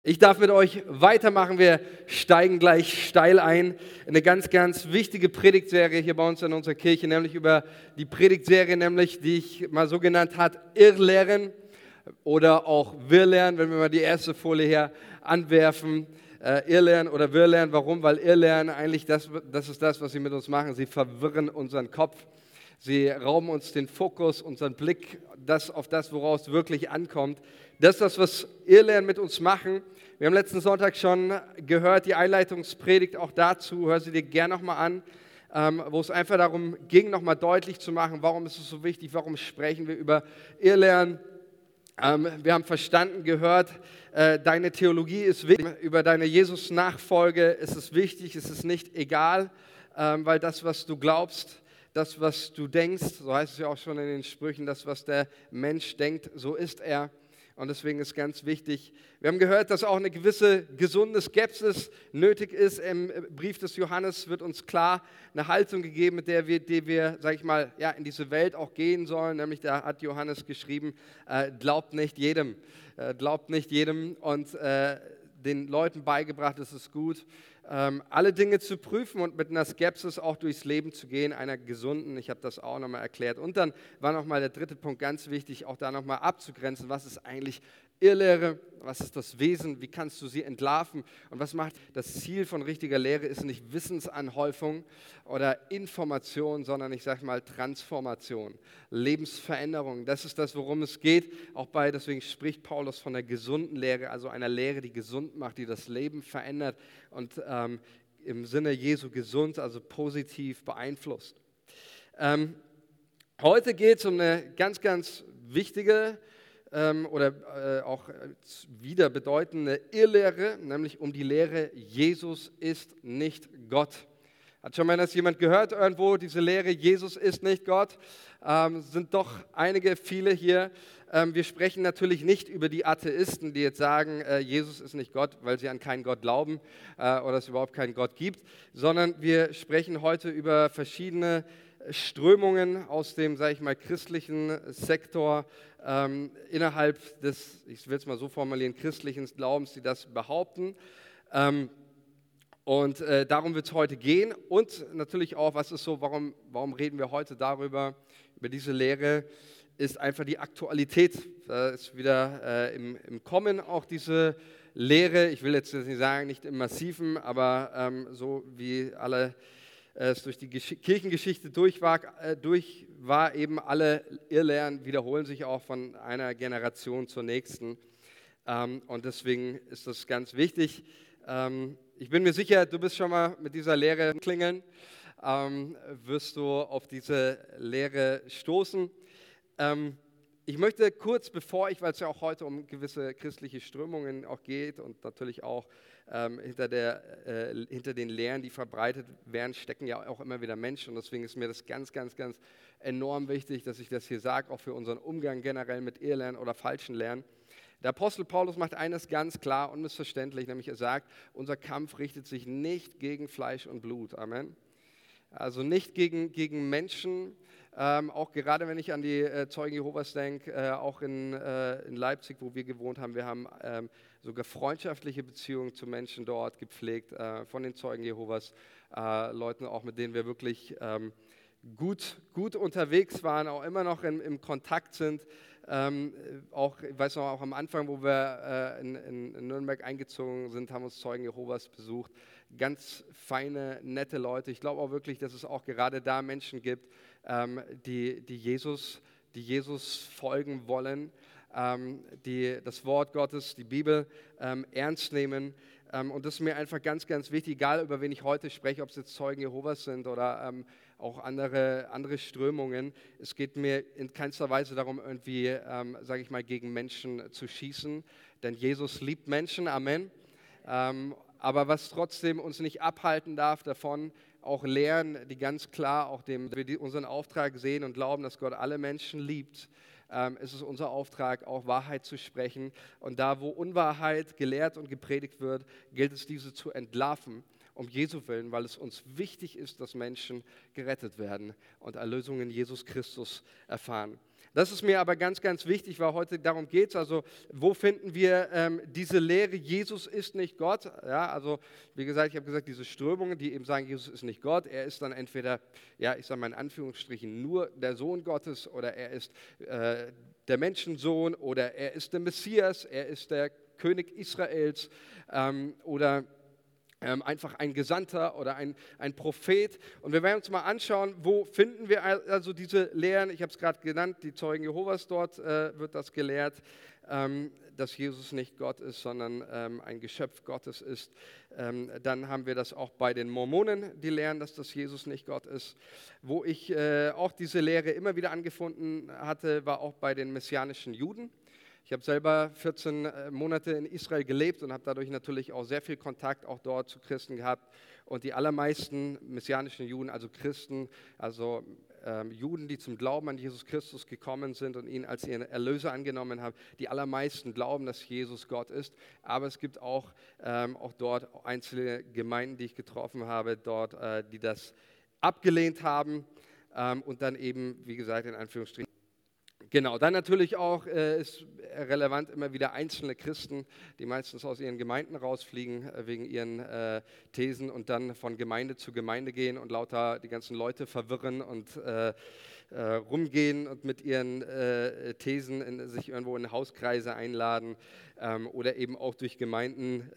Ich darf mit euch weitermachen. Wir steigen gleich steil ein in eine ganz, ganz wichtige Predigtserie hier bei uns in unserer Kirche, nämlich über die Predigtserie, die ich mal so genannt habe, Irrlehren oder auch Wirrlehren, wenn wir mal die erste Folie hier anwerfen. Irrlehren oder Wirrlehren. Warum? Weil Irrlehren eigentlich das ist das, was sie mit uns machen. Sie verwirren unseren Kopf. Sie rauben uns den Fokus, unseren Blick auf das, woraus es wirklich ankommt. Das ist das, was Irrlehren mit uns machen. Wir haben letzten Sonntag schon gehört, die Einleitungspredigt auch dazu. Hör sie dir gerne nochmal an, wo es einfach darum ging, nochmal deutlich zu machen, warum ist es so wichtig, warum sprechen wir über Irrlehren. Wir haben verstanden, gehört, deine Theologie ist wichtig, über deine Jesus-Nachfolge ist es wichtig, ist es nicht egal, weil das, was du glaubst, das, was du denkst, so heißt es ja auch schon in den Sprüchen, das, was der Mensch denkt, so ist er. Und deswegen ist ganz wichtig. Wir haben gehört, dass auch eine gewisse gesunde Skepsis nötig ist. Im Brief des Johannes wird uns klar eine Haltung gegeben, mit der wir, sag ich mal, ja, in diese Welt auch gehen sollen. Nämlich, da hat Johannes geschrieben, glaubt nicht jedem. Glaubt nicht jedem und den Leuten beigebracht, es ist gut, alle Dinge zu prüfen und mit einer Skepsis auch durchs Leben zu gehen, einer gesunden, ich habe das auch nochmal erklärt. Und dann war nochmal der dritte Punkt ganz wichtig, auch da nochmal abzugrenzen, was ist eigentlich Irrlehre, was ist das Wesen, wie kannst du sie entlarven und was macht das Ziel von richtiger Lehre ist nicht Wissensanhäufung oder Information, sondern ich sage mal Transformation, Lebensveränderung. Das ist das, worum es geht, deswegen spricht Paulus von der gesunden Lehre, also einer Lehre, die gesund macht, die das Leben verändert und im Sinne Jesu gesund, also positiv beeinflusst. Heute geht es um eine ganz, ganz wichtige auch wieder bedeutende Irrlehre, nämlich um die Lehre, Jesus ist nicht Gott. Hat schon mal das jemand gehört irgendwo, diese Lehre, Jesus ist nicht Gott? Sind doch viele hier. Wir sprechen natürlich nicht über die Atheisten, die jetzt sagen, Jesus ist nicht Gott, weil sie an keinen Gott glauben oder es überhaupt keinen Gott gibt, sondern wir sprechen heute über verschiedene Strömungen aus dem, sage ich mal, christlichen Sektor innerhalb des, ich will es mal so formulieren, christlichen Glaubens, die das behaupten. Darum wird es heute gehen und natürlich auch, was ist so, warum reden wir heute darüber, über diese Lehre, ist einfach die Aktualität. Da ist wieder im Kommen auch diese Lehre, ich will jetzt nicht sagen, nicht im Massiven, aber so wie alle es durch die Kirchengeschichte durch war, eben alle Irrlehren wiederholen sich auch von einer Generation zur nächsten. Und deswegen ist das ganz wichtig. Ich bin mir sicher, du bist schon mal mit dieser Lehre klingeln, wirst du auf diese Lehre stoßen. Ich möchte kurz, weil es ja auch heute um gewisse christliche Strömungen auch geht und natürlich auch hinter den Lehren, die verbreitet werden, stecken ja auch immer wieder Menschen und deswegen ist mir das ganz, ganz, ganz enorm wichtig, dass ich das hier sage, auch für unseren Umgang generell mit Irrlehren oder falschen Lehren. Der Apostel Paulus macht eines ganz klar, unmissverständlich, nämlich er sagt, unser Kampf richtet sich nicht gegen Fleisch und Blut. Amen. Also nicht gegen Menschen, auch gerade wenn ich an die Zeugen Jehovas denke, auch in Leipzig, wo wir gewohnt haben, wir haben sogar freundschaftliche Beziehungen zu Menschen dort gepflegt, von den Zeugen Jehovas, Leuten auch, mit denen wir wirklich gut unterwegs waren, auch immer noch im Kontakt sind. Ich weiß noch, auch am Anfang, wo wir in Nürnberg eingezogen sind, haben uns Zeugen Jehovas besucht. Ganz feine, nette Leute. Ich glaube auch wirklich, dass es auch gerade da Menschen gibt, die Jesus folgen wollen, die das Wort Gottes, die Bibel ernst nehmen. Und das ist mir einfach ganz, ganz wichtig, egal über wen ich heute spreche, ob es jetzt Zeugen Jehovas sind oder auch andere Strömungen. Es geht mir in keinster Weise darum, irgendwie, sage ich mal, gegen Menschen zu schießen, denn Jesus liebt Menschen, Amen. Aber was trotzdem uns nicht abhalten darf davon, auch Lehren, die ganz klar auch unseren Auftrag sehen und glauben, dass Gott alle Menschen liebt, ist es unser Auftrag, auch Wahrheit zu sprechen. Und da, wo Unwahrheit gelehrt und gepredigt wird, gilt es, diese zu entlarven, um Jesu Willen, weil es uns wichtig ist, dass Menschen gerettet werden und Erlösung in Jesus Christus erfahren. Das ist mir aber ganz, ganz wichtig, weil heute darum geht es. Also, wo finden wir diese Lehre, Jesus ist nicht Gott? Ja, also, wie gesagt, ich habe gesagt, diese Strömungen, die eben sagen, Jesus ist nicht Gott. Er ist dann entweder, ja, ich sage mal in Anführungsstrichen, nur der Sohn Gottes oder er ist der Menschensohn oder er ist der Messias, er ist der König Israels oder einfach ein Gesandter oder ein Prophet. Und wir werden uns mal anschauen, wo finden wir also diese Lehren. Ich habe es gerade genannt, die Zeugen Jehovas, dort wird das gelehrt, dass Jesus nicht Gott ist, sondern ein Geschöpf Gottes ist. Dann haben wir das auch bei den Mormonen, die lehren, dass das Jesus nicht Gott ist. Wo ich auch diese Lehre immer wieder angefunden hatte, war auch bei den messianischen Juden. Ich habe selber 14 Monate in Israel gelebt und habe dadurch natürlich auch sehr viel Kontakt auch dort zu Christen gehabt. Und die allermeisten messianischen Juden, also Christen, also Juden, die zum Glauben an Jesus Christus gekommen sind und ihn als ihren Erlöser angenommen haben, die allermeisten glauben, dass Jesus Gott ist. Aber es gibt auch dort einzelne Gemeinden, die ich getroffen habe, dort, die das abgelehnt haben und dann eben, wie gesagt, in Anführungsstrichen. Genau, dann natürlich auch ist relevant immer wieder einzelne Christen, die meistens aus ihren Gemeinden rausfliegen wegen ihren Thesen und dann von Gemeinde zu Gemeinde gehen und lauter die ganzen Leute verwirren und rumgehen und mit ihren Thesen sich irgendwo in Hauskreise einladen oder eben auch durch Gemeinden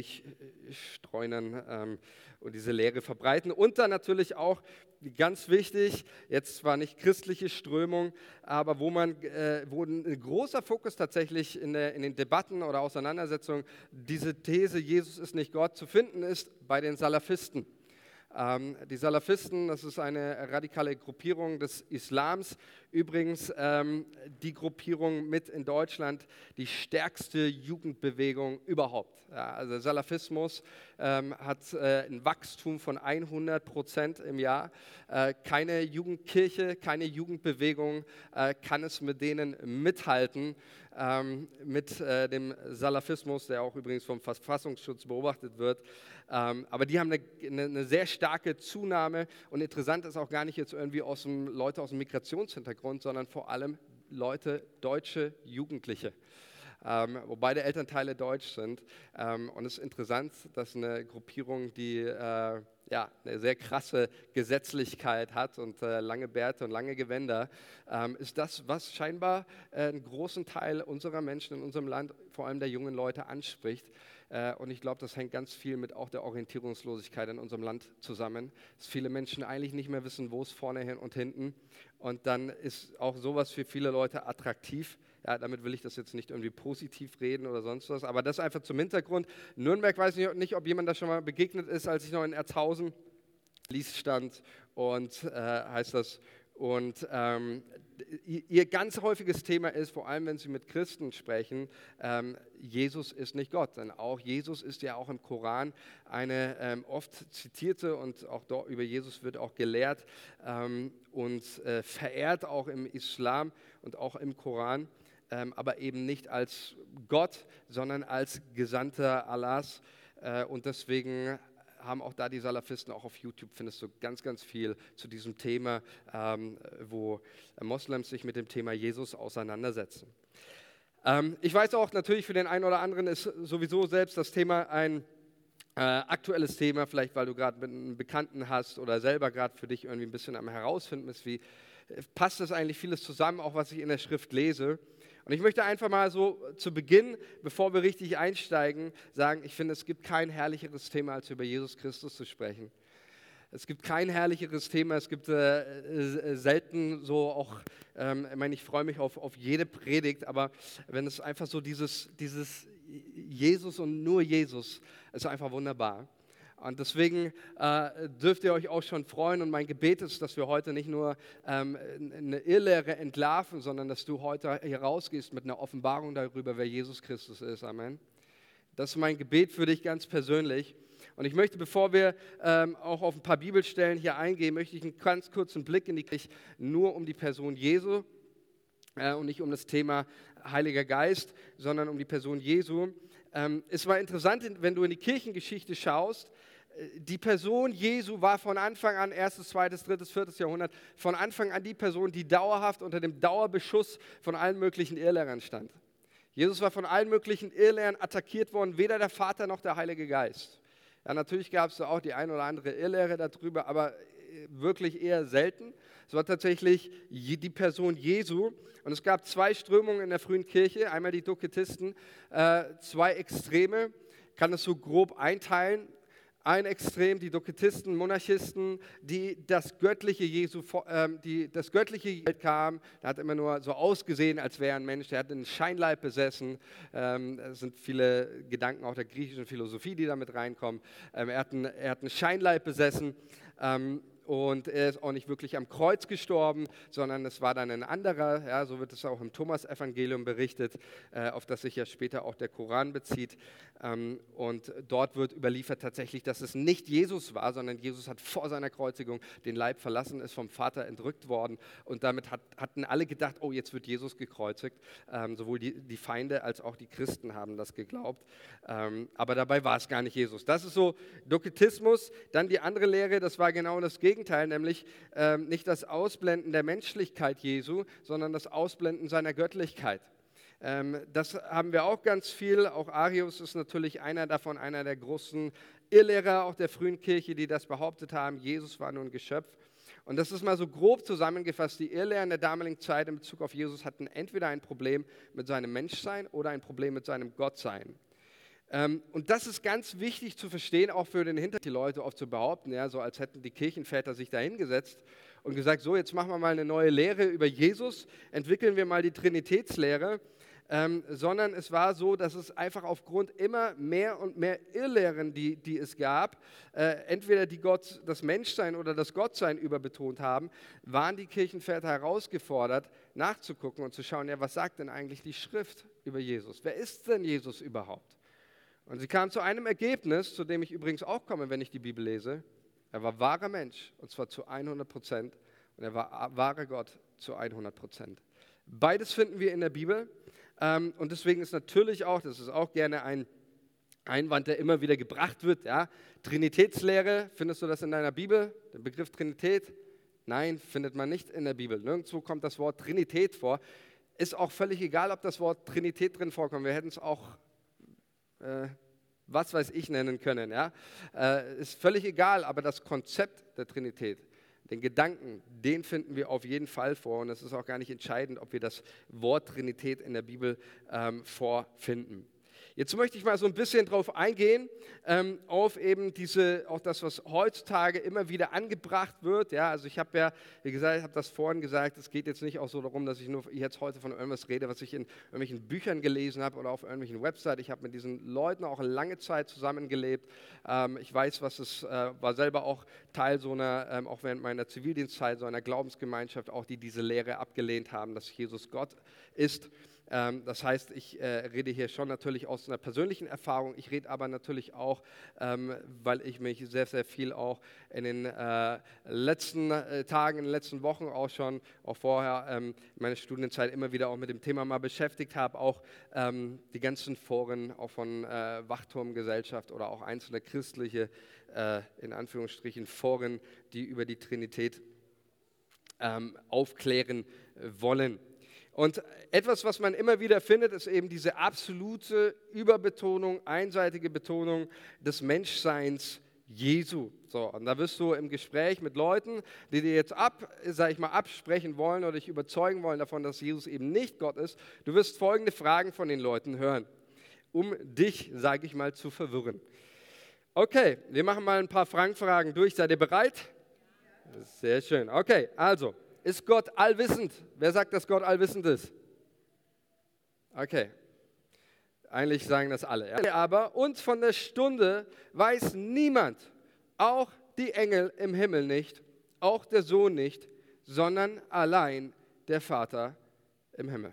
durchstreunen und diese Lehre verbreiten. Und dann natürlich auch, ganz wichtig, jetzt zwar nicht christliche Strömung, aber wo ein großer Fokus tatsächlich in den Debatten oder Auseinandersetzungen diese These, Jesus ist nicht Gott, zu finden ist bei den Salafisten. Die Salafisten, das ist eine radikale Gruppierung des Islams. Übrigens die Gruppierung mit in Deutschland die stärkste Jugendbewegung überhaupt. Ja, also Salafismus hat ein Wachstum von 100% im Jahr. Keine Jugendkirche, keine Jugendbewegung kann es mit denen mithalten, mit dem Salafismus, der auch übrigens vom Verfassungsschutz beobachtet wird. Aber die haben eine sehr starke Zunahme und interessant ist auch gar nicht jetzt irgendwie Leute aus dem Migrationshintergrund, sondern vor allem deutsche Jugendliche. Wo beide Elternteile deutsch sind. Und es ist interessant, dass eine Gruppierung, die eine sehr krasse Gesetzlichkeit hat und lange Bärte und lange Gewänder, ist das, was scheinbar einen großen Teil unserer Menschen in unserem Land, vor allem der jungen Leute, anspricht. Und ich glaube, das hängt ganz viel mit auch der Orientierungslosigkeit in unserem Land zusammen, dass viele Menschen eigentlich nicht mehr wissen, wo es vorne hin und hinten. Und dann ist auch sowas für viele Leute attraktiv. Ja, damit will ich das jetzt nicht irgendwie positiv reden oder sonst was, aber das einfach zum Hintergrund. Nürnberg, weiß ich nicht, ob jemand da schon mal begegnet ist, als ich noch in Erzhausen stand und heißt das. Und ihr ganz häufiges Thema ist, vor allem wenn Sie mit Christen sprechen, Jesus ist nicht Gott. Denn auch Jesus ist ja auch im Koran eine oft zitierte und auch dort über Jesus wird auch gelehrt und verehrt auch im Islam und auch im Koran. Aber eben nicht als Gott, sondern als Gesandter Allahs. Und deswegen haben auch da die Salafisten, auch auf YouTube findest du ganz, ganz viel zu diesem Thema, wo Moslems sich mit dem Thema Jesus auseinandersetzen. Ich weiß auch natürlich, für den einen oder anderen ist sowieso selbst das Thema ein aktuelles Thema, vielleicht weil du gerade mit einem Bekannten hast oder selber gerade für dich irgendwie ein bisschen am Herausfinden bist, wie passt das eigentlich vieles zusammen, auch was ich in der Schrift lese. Und ich möchte einfach mal so zu Beginn, bevor wir richtig einsteigen, sagen, ich finde, es gibt kein herrlicheres Thema, als über Jesus Christus zu sprechen. Es gibt kein herrlicheres Thema, es gibt selten so auch, ich meine, ich freue mich auf jede Predigt, aber wenn es einfach so dieses Jesus und nur Jesus, ist einfach wunderbar. Und deswegen dürft ihr euch auch schon freuen und mein Gebet ist, dass wir heute nicht nur eine Irrlehre entlarven, sondern dass du heute hier rausgehst mit einer Offenbarung darüber, wer Jesus Christus ist. Amen. Das ist mein Gebet für dich ganz persönlich. Und ich möchte, bevor wir auch auf ein paar Bibelstellen hier eingehen, möchte ich einen ganz kurzen Blick in die Kirche nur um die Person Jesu und nicht um das Thema Heiliger Geist, sondern um die Person Jesu. Es war interessant, wenn du in die Kirchengeschichte schaust, die Person Jesu war von Anfang an, 1., 2., 3., 4. Jahrhundert, von Anfang an die Person, die dauerhaft unter dem Dauerbeschuss von allen möglichen Irrlehrern stand. Jesus war von allen möglichen Irrlehrern attackiert worden, weder der Vater noch der Heilige Geist. Ja, natürlich gab es auch die ein oder andere Irrlehre darüber, aber wirklich eher selten. Es war tatsächlich die Person Jesu. Und es gab zwei Strömungen in der frühen Kirche, einmal die Doketisten, zwei Extreme, kann es so grob einteilen. Ein Extrem, die Doketisten, Monarchisten, die das göttliche Jesu, das göttliche Welt kam, der hat immer nur so ausgesehen, als wäre ein Mensch, der hat einen Scheinleib besessen. Es sind viele Gedanken auch der griechischen Philosophie, die da mit reinkommen. Er hat einen Scheinleib besessen. Und er ist auch nicht wirklich am Kreuz gestorben, sondern es war dann ein anderer, ja, so wird es auch im Thomas-Evangelium berichtet, auf das sich ja später auch der Koran bezieht. Und dort wird überliefert tatsächlich, dass es nicht Jesus war, sondern Jesus hat vor seiner Kreuzigung den Leib verlassen, ist vom Vater entrückt worden. Und damit hatten alle gedacht, oh, jetzt wird Jesus gekreuzigt. Sowohl die Feinde als auch die Christen haben das geglaubt. Aber dabei war es gar nicht Jesus. Das ist so Doketismus. Dann die andere Lehre, das war genau das Gegenteil, nämlich nicht das Ausblenden der Menschlichkeit Jesu, sondern das Ausblenden seiner Göttlichkeit. Das haben wir auch ganz viel. Auch Arius ist natürlich einer davon, einer der großen Irrlehrer auch der frühen Kirche, die das behauptet haben, Jesus war nur ein Geschöpf. Und das ist mal so grob zusammengefasst. Die Irrlehren der damaligen Zeit in Bezug auf Jesus hatten entweder ein Problem mit seinem Menschsein oder ein Problem mit seinem Gottsein. Und das ist ganz wichtig zu verstehen, auch für den Hintergrund, die Leute oft zu behaupten, ja, so als hätten die Kirchenväter sich da hingesetzt und gesagt, so jetzt machen wir mal eine neue Lehre über Jesus, entwickeln wir mal die Trinitätslehre, sondern es war so, dass es einfach aufgrund immer mehr und mehr Irrlehren, die es gab, entweder die das Menschsein oder das Gottsein überbetont haben, waren die Kirchenväter herausgefordert, nachzugucken und zu schauen, ja, was sagt denn eigentlich die Schrift über Jesus? Wer ist denn Jesus überhaupt? Und sie kamen zu einem Ergebnis, zu dem ich übrigens auch komme, wenn ich die Bibel lese. Er war wahrer Mensch, und zwar zu 100%, und er war wahrer Gott zu 100%. Beides finden wir in der Bibel, und deswegen ist natürlich auch, das ist auch gerne ein Einwand, der immer wieder gebracht wird, ja, Trinitätslehre, findest du das in deiner Bibel, den Begriff Trinität? Nein, findet man nicht in der Bibel. Nirgendwo kommt das Wort Trinität vor. Ist auch völlig egal, ob das Wort Trinität drin vorkommt. Wir hätten es auch was weiß ich nennen können. Ja? Ist völlig egal, aber das Konzept der Trinität, den Gedanken, den finden wir auf jeden Fall vor. Und es ist auch gar nicht entscheidend, ob wir das Wort Trinität in der Bibel vorfinden. Jetzt möchte ich mal so ein bisschen drauf eingehen, auf eben auch das, was heutzutage immer wieder angebracht wird. Ja, also ich habe ja, wie gesagt, ich habe das vorhin gesagt, es geht jetzt nicht auch so darum, dass ich nur jetzt heute von irgendwas rede, was ich in irgendwelchen Büchern gelesen habe oder auf irgendwelchen Websites. Ich habe mit diesen Leuten auch eine lange Zeit zusammengelebt. Ich weiß, war selber auch Teil so einer, auch während meiner Zivildienstzeit, so einer Glaubensgemeinschaft, auch die diese Lehre abgelehnt haben, dass Jesus Gott ist. Das heißt, ich rede hier schon natürlich aus einer persönlichen Erfahrung. Ich rede aber natürlich auch, weil ich mich sehr, sehr viel auch in den letzten Tagen, in den letzten Wochen auch schon, auch vorher meine Studienzeit immer wieder auch mit dem Thema mal beschäftigt habe. Auch die ganzen Foren, auch von Wachturmgesellschaft oder auch einzelne christliche, in Anführungsstrichen, Foren, die über die Trinität aufklären wollen. Und etwas, was man immer wieder findet, ist eben diese absolute Überbetonung, einseitige Betonung des Menschseins Jesu. So, und da wirst du im Gespräch mit Leuten, die dir jetzt absprechen wollen oder dich überzeugen wollen davon, dass Jesus eben nicht Gott ist, du wirst folgende Fragen von den Leuten hören, um dich, sage ich mal, zu verwirren. Okay, wir machen mal ein paar Fragen durch. Seid ihr bereit? Sehr schön. Okay, also. Ist Gott allwissend? Wer sagt, dass Gott allwissend ist? Okay, eigentlich sagen das alle. Ja. Aber uns von der Stunde weiß niemand, auch die Engel im Himmel nicht, auch der Sohn nicht, sondern allein der Vater im Himmel.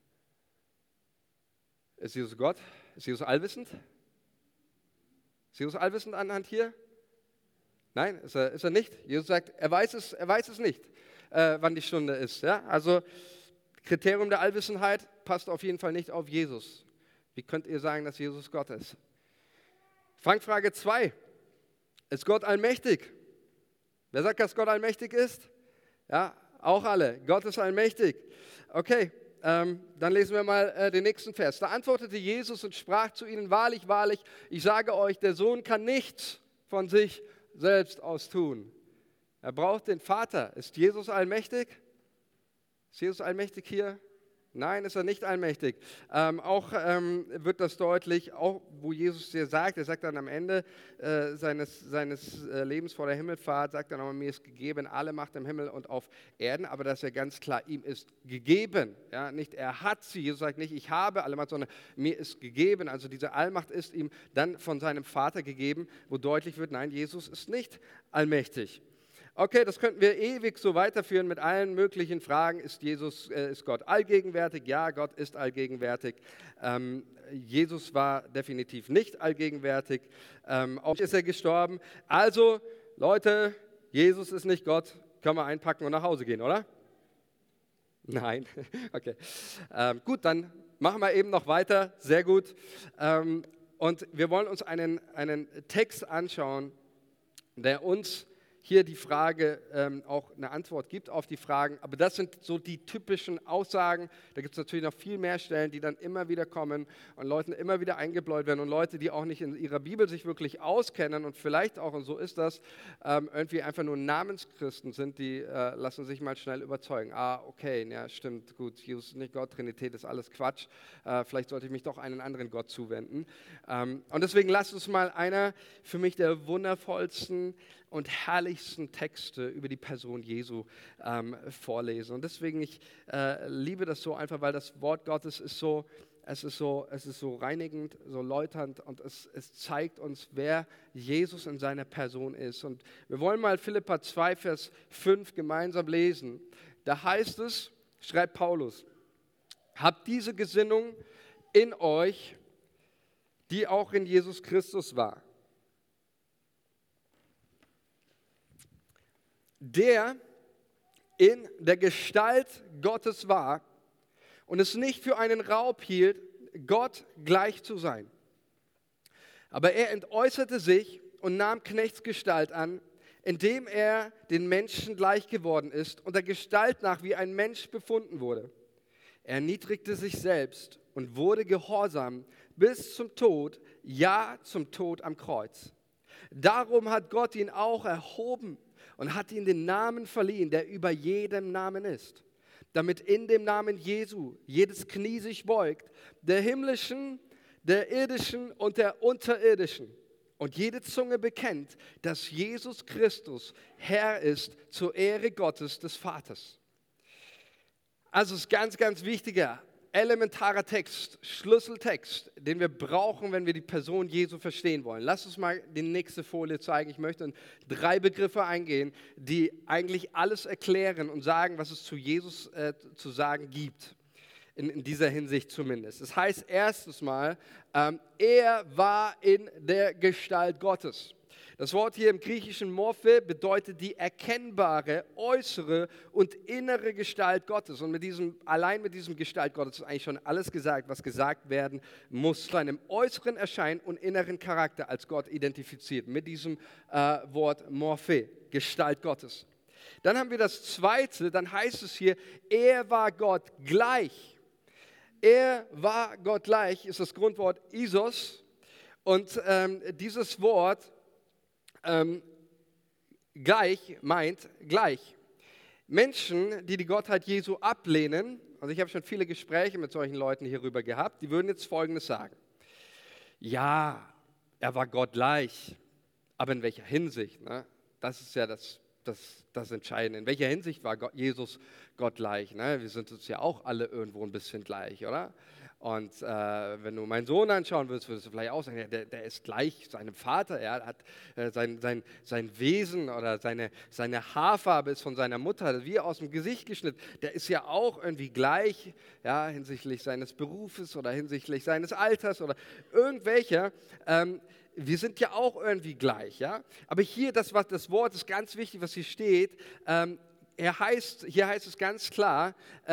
Ist Jesus Gott? Ist Jesus allwissend? Ist Jesus allwissend anhand hier? Nein, ist er nicht. Jesus sagt, er weiß es nicht. Wann die Stunde ist. Ja? Also Kriterium der Allwissenheit passt auf jeden Fall nicht auf Jesus. Wie könnt ihr sagen, dass Jesus Gott ist? Fangfrage 2. Ist Gott allmächtig? Wer sagt, dass Gott allmächtig ist? Ja, auch alle. Gott ist allmächtig. Okay, dann lesen wir mal den nächsten Vers. Da antwortete Jesus und sprach zu ihnen, wahrlich, wahrlich, ich sage euch, der Sohn kann nichts von sich selbst aus tun. Er braucht den Vater. Ist Jesus allmächtig? Ist Jesus allmächtig hier? Nein, ist er nicht allmächtig. Auch wird das deutlich, auch wo Jesus dir sagt, er sagt dann am Ende seines Lebens vor der Himmelfahrt, sagt er nochmal, mir ist gegeben alle Macht im Himmel und auf Erden, aber das ist ja ganz klar, ihm ist gegeben. Ja? Nicht er hat sie, Jesus sagt nicht, ich habe alle Macht, sondern mir ist gegeben. Also diese Allmacht ist ihm dann von seinem Vater gegeben, wo deutlich wird, nein, Jesus ist nicht allmächtig. Okay, das könnten wir ewig so weiterführen mit allen möglichen Fragen. Ist Gott allgegenwärtig? Ja, Gott ist allgegenwärtig. Jesus war definitiv nicht allgegenwärtig. Auch ist er gestorben. Also, Leute, Jesus ist nicht Gott. Können wir einpacken und nach Hause gehen, oder? Nein. Okay. Gut, dann machen wir eben noch weiter. Sehr gut. Und wir wollen uns einen Text anschauen, der uns hier die Frage, auch eine Antwort gibt auf die Fragen. Aber das sind so die typischen Aussagen. Da gibt es natürlich noch viel mehr Stellen, die dann immer wieder kommen und Leuten immer wieder eingebläut werden. Und Leute, die auch nicht in ihrer Bibel sich wirklich auskennen und vielleicht auch, und so ist das, irgendwie einfach nur Namenschristen sind, die lassen sich mal schnell überzeugen. Ah, okay, ja, stimmt, gut, Jesus ist nicht Gott, Trinität ist alles Quatsch. Vielleicht sollte ich mich doch einen anderen Gott zuwenden. Und deswegen lasst uns mal einer für mich der wundervollsten und herrlichsten Texte über die Person Jesu vorlesen. Und deswegen, ich liebe das so einfach, weil das Wort Gottes ist so reinigend, so läuternd und es zeigt uns, wer Jesus in seiner Person ist. Und wir wollen mal Philipper 2, Vers 5 gemeinsam lesen. Da heißt es, schreibt Paulus, habt diese Gesinnung in euch, die auch in Jesus Christus war. Der in der Gestalt Gottes war und es nicht für einen Raub hielt, Gott gleich zu sein. Aber er entäußerte sich und nahm Knechtsgestalt an, indem er den Menschen gleich geworden ist und der Gestalt nach wie ein Mensch befunden wurde. Er erniedrigte sich selbst und wurde gehorsam bis zum Tod, ja zum Tod am Kreuz. Darum hat Gott ihn auch erhoben und hat ihm den Namen verliehen, der über jedem Namen ist, damit in dem Namen Jesu jedes Knie sich beugt, der himmlischen, der irdischen und der unterirdischen, und jede Zunge bekennt, dass Jesus Christus Herr ist zur Ehre Gottes des Vaters. Also es ist ganz, ganz wichtiger, elementarer Text, Schlüsseltext, den wir brauchen, wenn wir die Person Jesu verstehen wollen. Lass uns mal die nächste Folie zeigen. Ich möchte in 3 Begriffe eingehen, die eigentlich alles erklären und sagen, was es zu Jesus zu sagen gibt. In dieser Hinsicht zumindest. Das heißt erstens mal, er war in der Gestalt Gottes. Das Wort hier im griechischen Morphe bedeutet die erkennbare, äußere und innere Gestalt Gottes. Und allein mit diesem Gestalt Gottes ist eigentlich schon alles gesagt, was gesagt werden muss. Zu einem äußeren Erscheinen und inneren Charakter als Gott identifiziert. Mit diesem Wort Morphe, Gestalt Gottes. Dann haben wir das Zweite, dann heißt es hier, er war Gott gleich. Er war Gott gleich, ist das Grundwort Isos. Und dieses Wort gleich meint gleich. Menschen, die die Gottheit Jesu ablehnen, also ich habe schon viele Gespräche mit solchen Leuten hierüber gehabt, die würden jetzt Folgendes sagen. Ja, er war Gott gleich, aber in welcher Hinsicht? Ne? Das ist ja das Entscheidende. In welcher Hinsicht war Jesus Gott gleich? Ne? Wir sind uns ja auch alle irgendwo ein bisschen gleich, oder? Und wenn du meinen Sohn anschauen würdest, würdest du vielleicht auch sagen, der ist gleich seinem Vater, er hat sein Wesen oder seine Haarfarbe ist von seiner Mutter, wie aus dem Gesicht geschnitten. Der ist ja auch irgendwie gleich, ja, hinsichtlich seines Berufes oder hinsichtlich seines Alters oder irgendwelcher. Wir sind ja auch irgendwie gleich, ja. Aber hier, das Wort ist ganz wichtig, was hier steht. Hier heißt es ganz klar,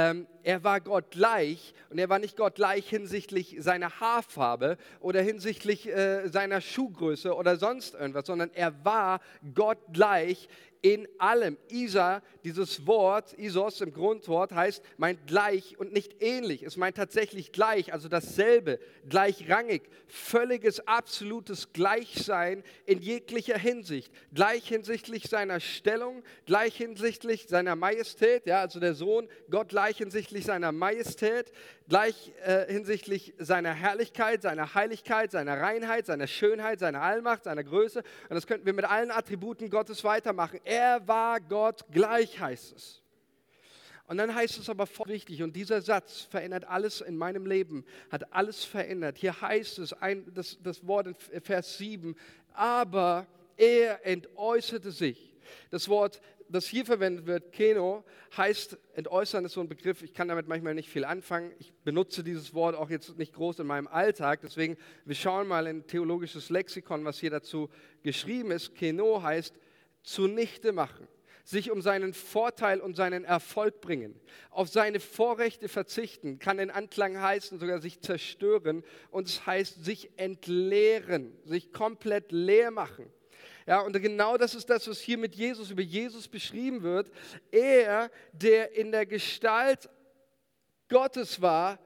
er war Gott gleich und er war nicht Gott gleich hinsichtlich seiner Haarfarbe oder hinsichtlich seiner Schuhgröße oder sonst irgendwas, sondern er war Gott gleich in allem. Dieses Wort, Isos im Grundwort heißt, meint gleich und nicht ähnlich. Es meint tatsächlich gleich, also dasselbe, gleichrangig, völliges, absolutes Gleichsein in jeglicher Hinsicht. Gleich hinsichtlich seiner Stellung, gleich hinsichtlich seiner Majestät, ja, also der Sohn, Gott gleich hinsichtlich seiner Majestät, gleich hinsichtlich seiner Herrlichkeit, seiner Heiligkeit, seiner Reinheit, seiner Schönheit, seiner Allmacht, seiner Größe. Und das könnten wir mit allen Attributen Gottes weitermachen. Er war Gott gleich, heißt es. Und dann heißt es aber voll wichtig, und dieser Satz verändert alles in meinem Leben, hat alles verändert. Hier heißt es, das Wort in Vers 7, aber er entäußerte sich. Das Wort, das hier verwendet wird, Keno, heißt, entäußern ist so ein Begriff, ich kann damit manchmal nicht viel anfangen. Ich benutze dieses Wort auch jetzt nicht groß in meinem Alltag, deswegen, wir schauen mal in theologisches Lexikon, was hier dazu geschrieben ist. Keno heißt, zunichte machen, sich um seinen Vorteil und seinen Erfolg bringen, auf seine Vorrechte verzichten, kann in Anklang heißen, sogar sich zerstören, und es heißt sich entleeren, sich komplett leer machen. Ja, und genau das ist das, was hier mit Jesus, über Jesus beschrieben wird. Er, der in der Gestalt Gottes war,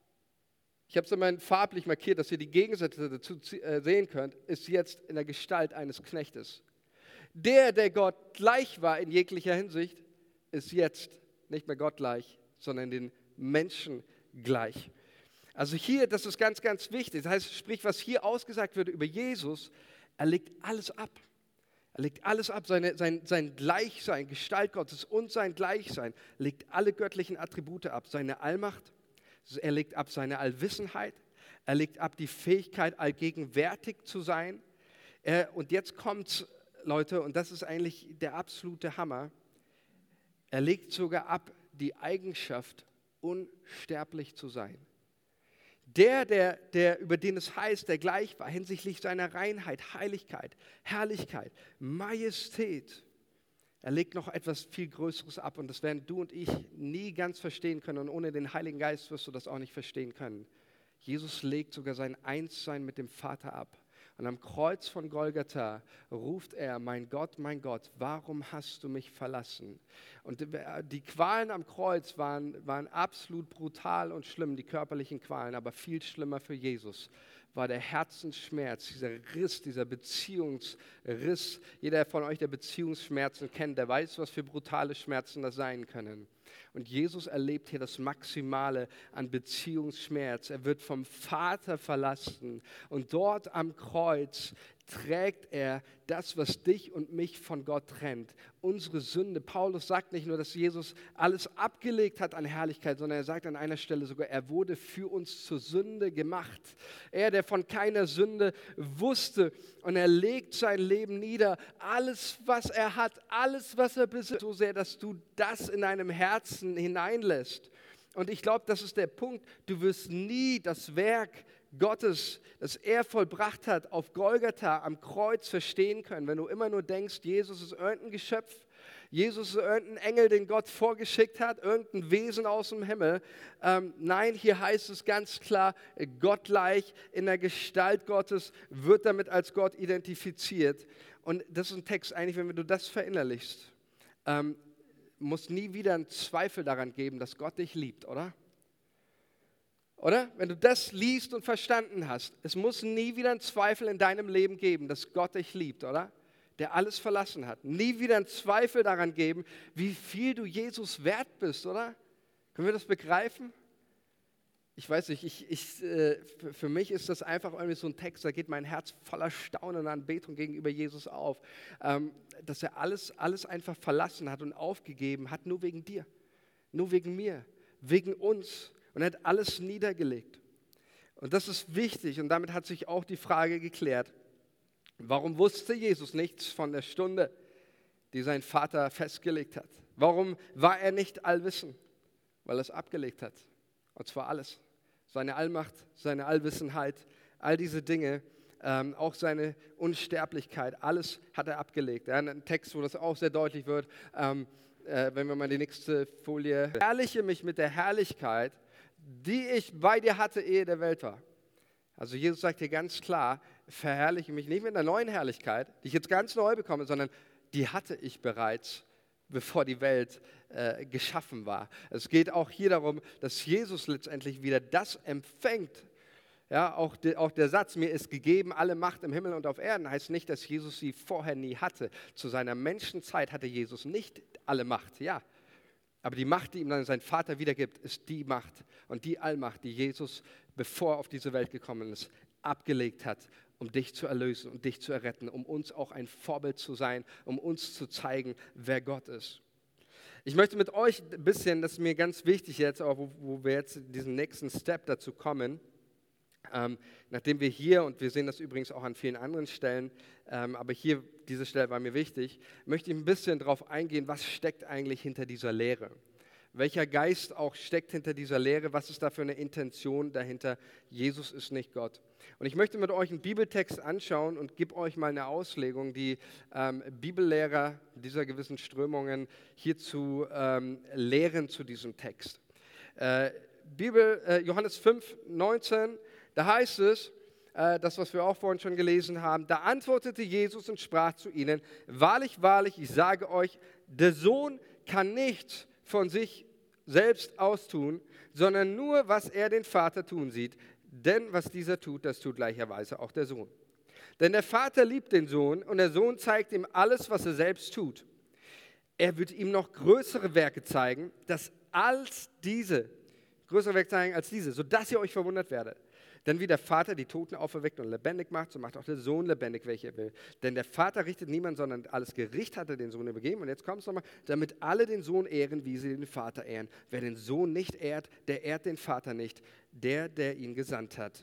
ich habe es einmal farblich markiert, dass ihr die Gegensätze dazu sehen könnt, ist jetzt in der Gestalt eines Knechtes. Der Gott gleich war in jeglicher Hinsicht, ist jetzt nicht mehr Gott gleich, sondern den Menschen gleich. Also hier, das ist ganz, ganz wichtig. Das heißt, sprich, was hier ausgesagt wird über Jesus, er legt alles ab. Er legt alles ab, sein Gleichsein, Gestalt Gottes und sein Gleichsein, legt alle göttlichen Attribute ab. Seine Allmacht, er legt ab seine Allwissenheit, er legt ab die Fähigkeit, allgegenwärtig zu sein. Und jetzt kommt's, Leute, und das ist eigentlich der absolute Hammer, er legt sogar ab die Eigenschaft, unsterblich zu sein. Der über den es heißt, der gleich war, hinsichtlich seiner Reinheit, Heiligkeit, Herrlichkeit, Majestät, er legt noch etwas viel Größeres ab, und das werden du und ich nie ganz verstehen können, und ohne den Heiligen Geist wirst du das auch nicht verstehen können. Jesus legt sogar sein Einssein mit dem Vater ab. Und am Kreuz von Golgatha ruft er, mein Gott, warum hast du mich verlassen? Und die Qualen am Kreuz waren absolut brutal und schlimm, die körperlichen Qualen, aber viel schlimmer für Jesus war der Herzensschmerz, dieser Riss, dieser Beziehungsriss. Jeder von euch, der Beziehungsschmerzen kennt, der weiß, was für brutale Schmerzen das sein können. Und Jesus erlebt hier das Maximale an Beziehungsschmerz. Er wird vom Vater verlassen, und dort am Kreuz trägt er das, was dich und mich von Gott trennt, unsere Sünde. Paulus sagt nicht nur, dass Jesus alles abgelegt hat an Herrlichkeit, sondern er sagt an einer Stelle sogar, er wurde für uns zur Sünde gemacht. Er, der von keiner Sünde wusste, und er legt sein Leben nieder, alles, was er hat, alles, was er besitzt, so sehr, dass du das in deinem Herzen hineinlässt. Und ich glaube, das ist der Punkt, du wirst nie das Werk Gottes, das er vollbracht hat, auf Golgatha am Kreuz verstehen können, wenn du immer nur denkst, Jesus ist irgendein Geschöpf, Jesus ist irgendein Engel, den Gott vorgeschickt hat, irgendein Wesen aus dem Himmel. Nein, hier heißt es ganz klar, gottgleich in der Gestalt Gottes, wird damit als Gott identifiziert. Und das ist ein Text, eigentlich, wenn du das verinnerlichst, muss nie wieder einen Zweifel daran geben, dass Gott dich liebt, oder? Oder? Wenn du das liest und verstanden hast, es muss nie wieder einen Zweifel in deinem Leben geben, dass Gott dich liebt, oder? Der alles verlassen hat. Nie wieder einen Zweifel daran geben, wie viel du Jesus wert bist, oder? Können wir das begreifen? Ich weiß nicht, für mich ist das einfach irgendwie so ein Text, da geht mein Herz voller Staunen und Anbetung gegenüber Jesus auf, dass er alles einfach verlassen hat und aufgegeben hat, nur wegen dir, nur wegen mir, wegen uns. Und er hat alles niedergelegt. Und das ist wichtig, und damit hat sich auch die Frage geklärt, warum wusste Jesus nichts von der Stunde, die sein Vater festgelegt hat? Warum war er nicht allwissend? Weil er es abgelegt hat. Und zwar alles. Seine Allmacht, seine Allwissenheit, all diese Dinge, auch seine Unsterblichkeit, alles hat er abgelegt. Ja, ein Text, wo das auch sehr deutlich wird, wenn wir mal die nächste Folie, verherrliche mich mit der Herrlichkeit, die ich bei dir hatte, ehe der Welt war. Also Jesus sagt hier ganz klar, verherrliche mich nicht mit einer neuen Herrlichkeit, die ich jetzt ganz neu bekomme, sondern die hatte ich bereits, bevor die Welt geschaffen war. Es geht auch hier darum, dass Jesus letztendlich wieder das empfängt. Ja, auch der Satz, mir ist gegeben alle Macht im Himmel und auf Erden, heißt nicht, dass Jesus sie vorher nie hatte. Zu seiner Menschenzeit hatte Jesus nicht alle Macht, ja. Aber die Macht, die ihm dann sein Vater wiedergibt, ist die Macht und die Allmacht, die Jesus, bevor er auf diese Welt gekommen ist, abgelegt hat, um dich zu erlösen und dich zu erretten, um uns auch ein Vorbild zu sein, um uns zu zeigen, wer Gott ist. Ich möchte mit euch ein bisschen, das ist mir ganz wichtig jetzt, auch wo wir jetzt diesen nächsten Step dazu kommen, nachdem wir hier, und wir sehen das übrigens auch an vielen anderen Stellen, aber hier, diese Stelle war mir wichtig, möchte ich ein bisschen darauf eingehen, was steckt eigentlich hinter dieser Lehre. Welcher Geist auch steckt hinter dieser Lehre, was ist da für eine Intention dahinter? Jesus ist nicht Gott. Und ich möchte mit euch einen Bibeltext anschauen und gebe euch mal eine Auslegung, die Bibellehrer dieser gewissen Strömungen hierzu lehren zu diesem Text. Johannes 5,19, da heißt es, das, was wir auch vorhin schon gelesen haben, da antwortete Jesus und sprach zu ihnen, wahrlich, wahrlich, ich sage euch, der Sohn kann nichts von sich selbst austun, sondern nur, was er den Vater tun sieht. Denn was dieser tut, das tut gleicherweise auch der Sohn. Denn der Vater liebt den Sohn und der Sohn zeigt ihm alles, was er selbst tut. Er wird ihm noch größere Werke zeigen, als diese, sodass ihr euch verwundert werdet. Denn wie der Vater die Toten auferweckt und lebendig macht, so macht auch der Sohn lebendig, welche er will. Denn der Vater richtet niemand, sondern alles Gericht hat er den Sohn übergeben. Und jetzt kommt es nochmal, damit alle den Sohn ehren, wie sie den Vater ehren. Wer den Sohn nicht ehrt, der ehrt den Vater nicht, der ihn gesandt hat.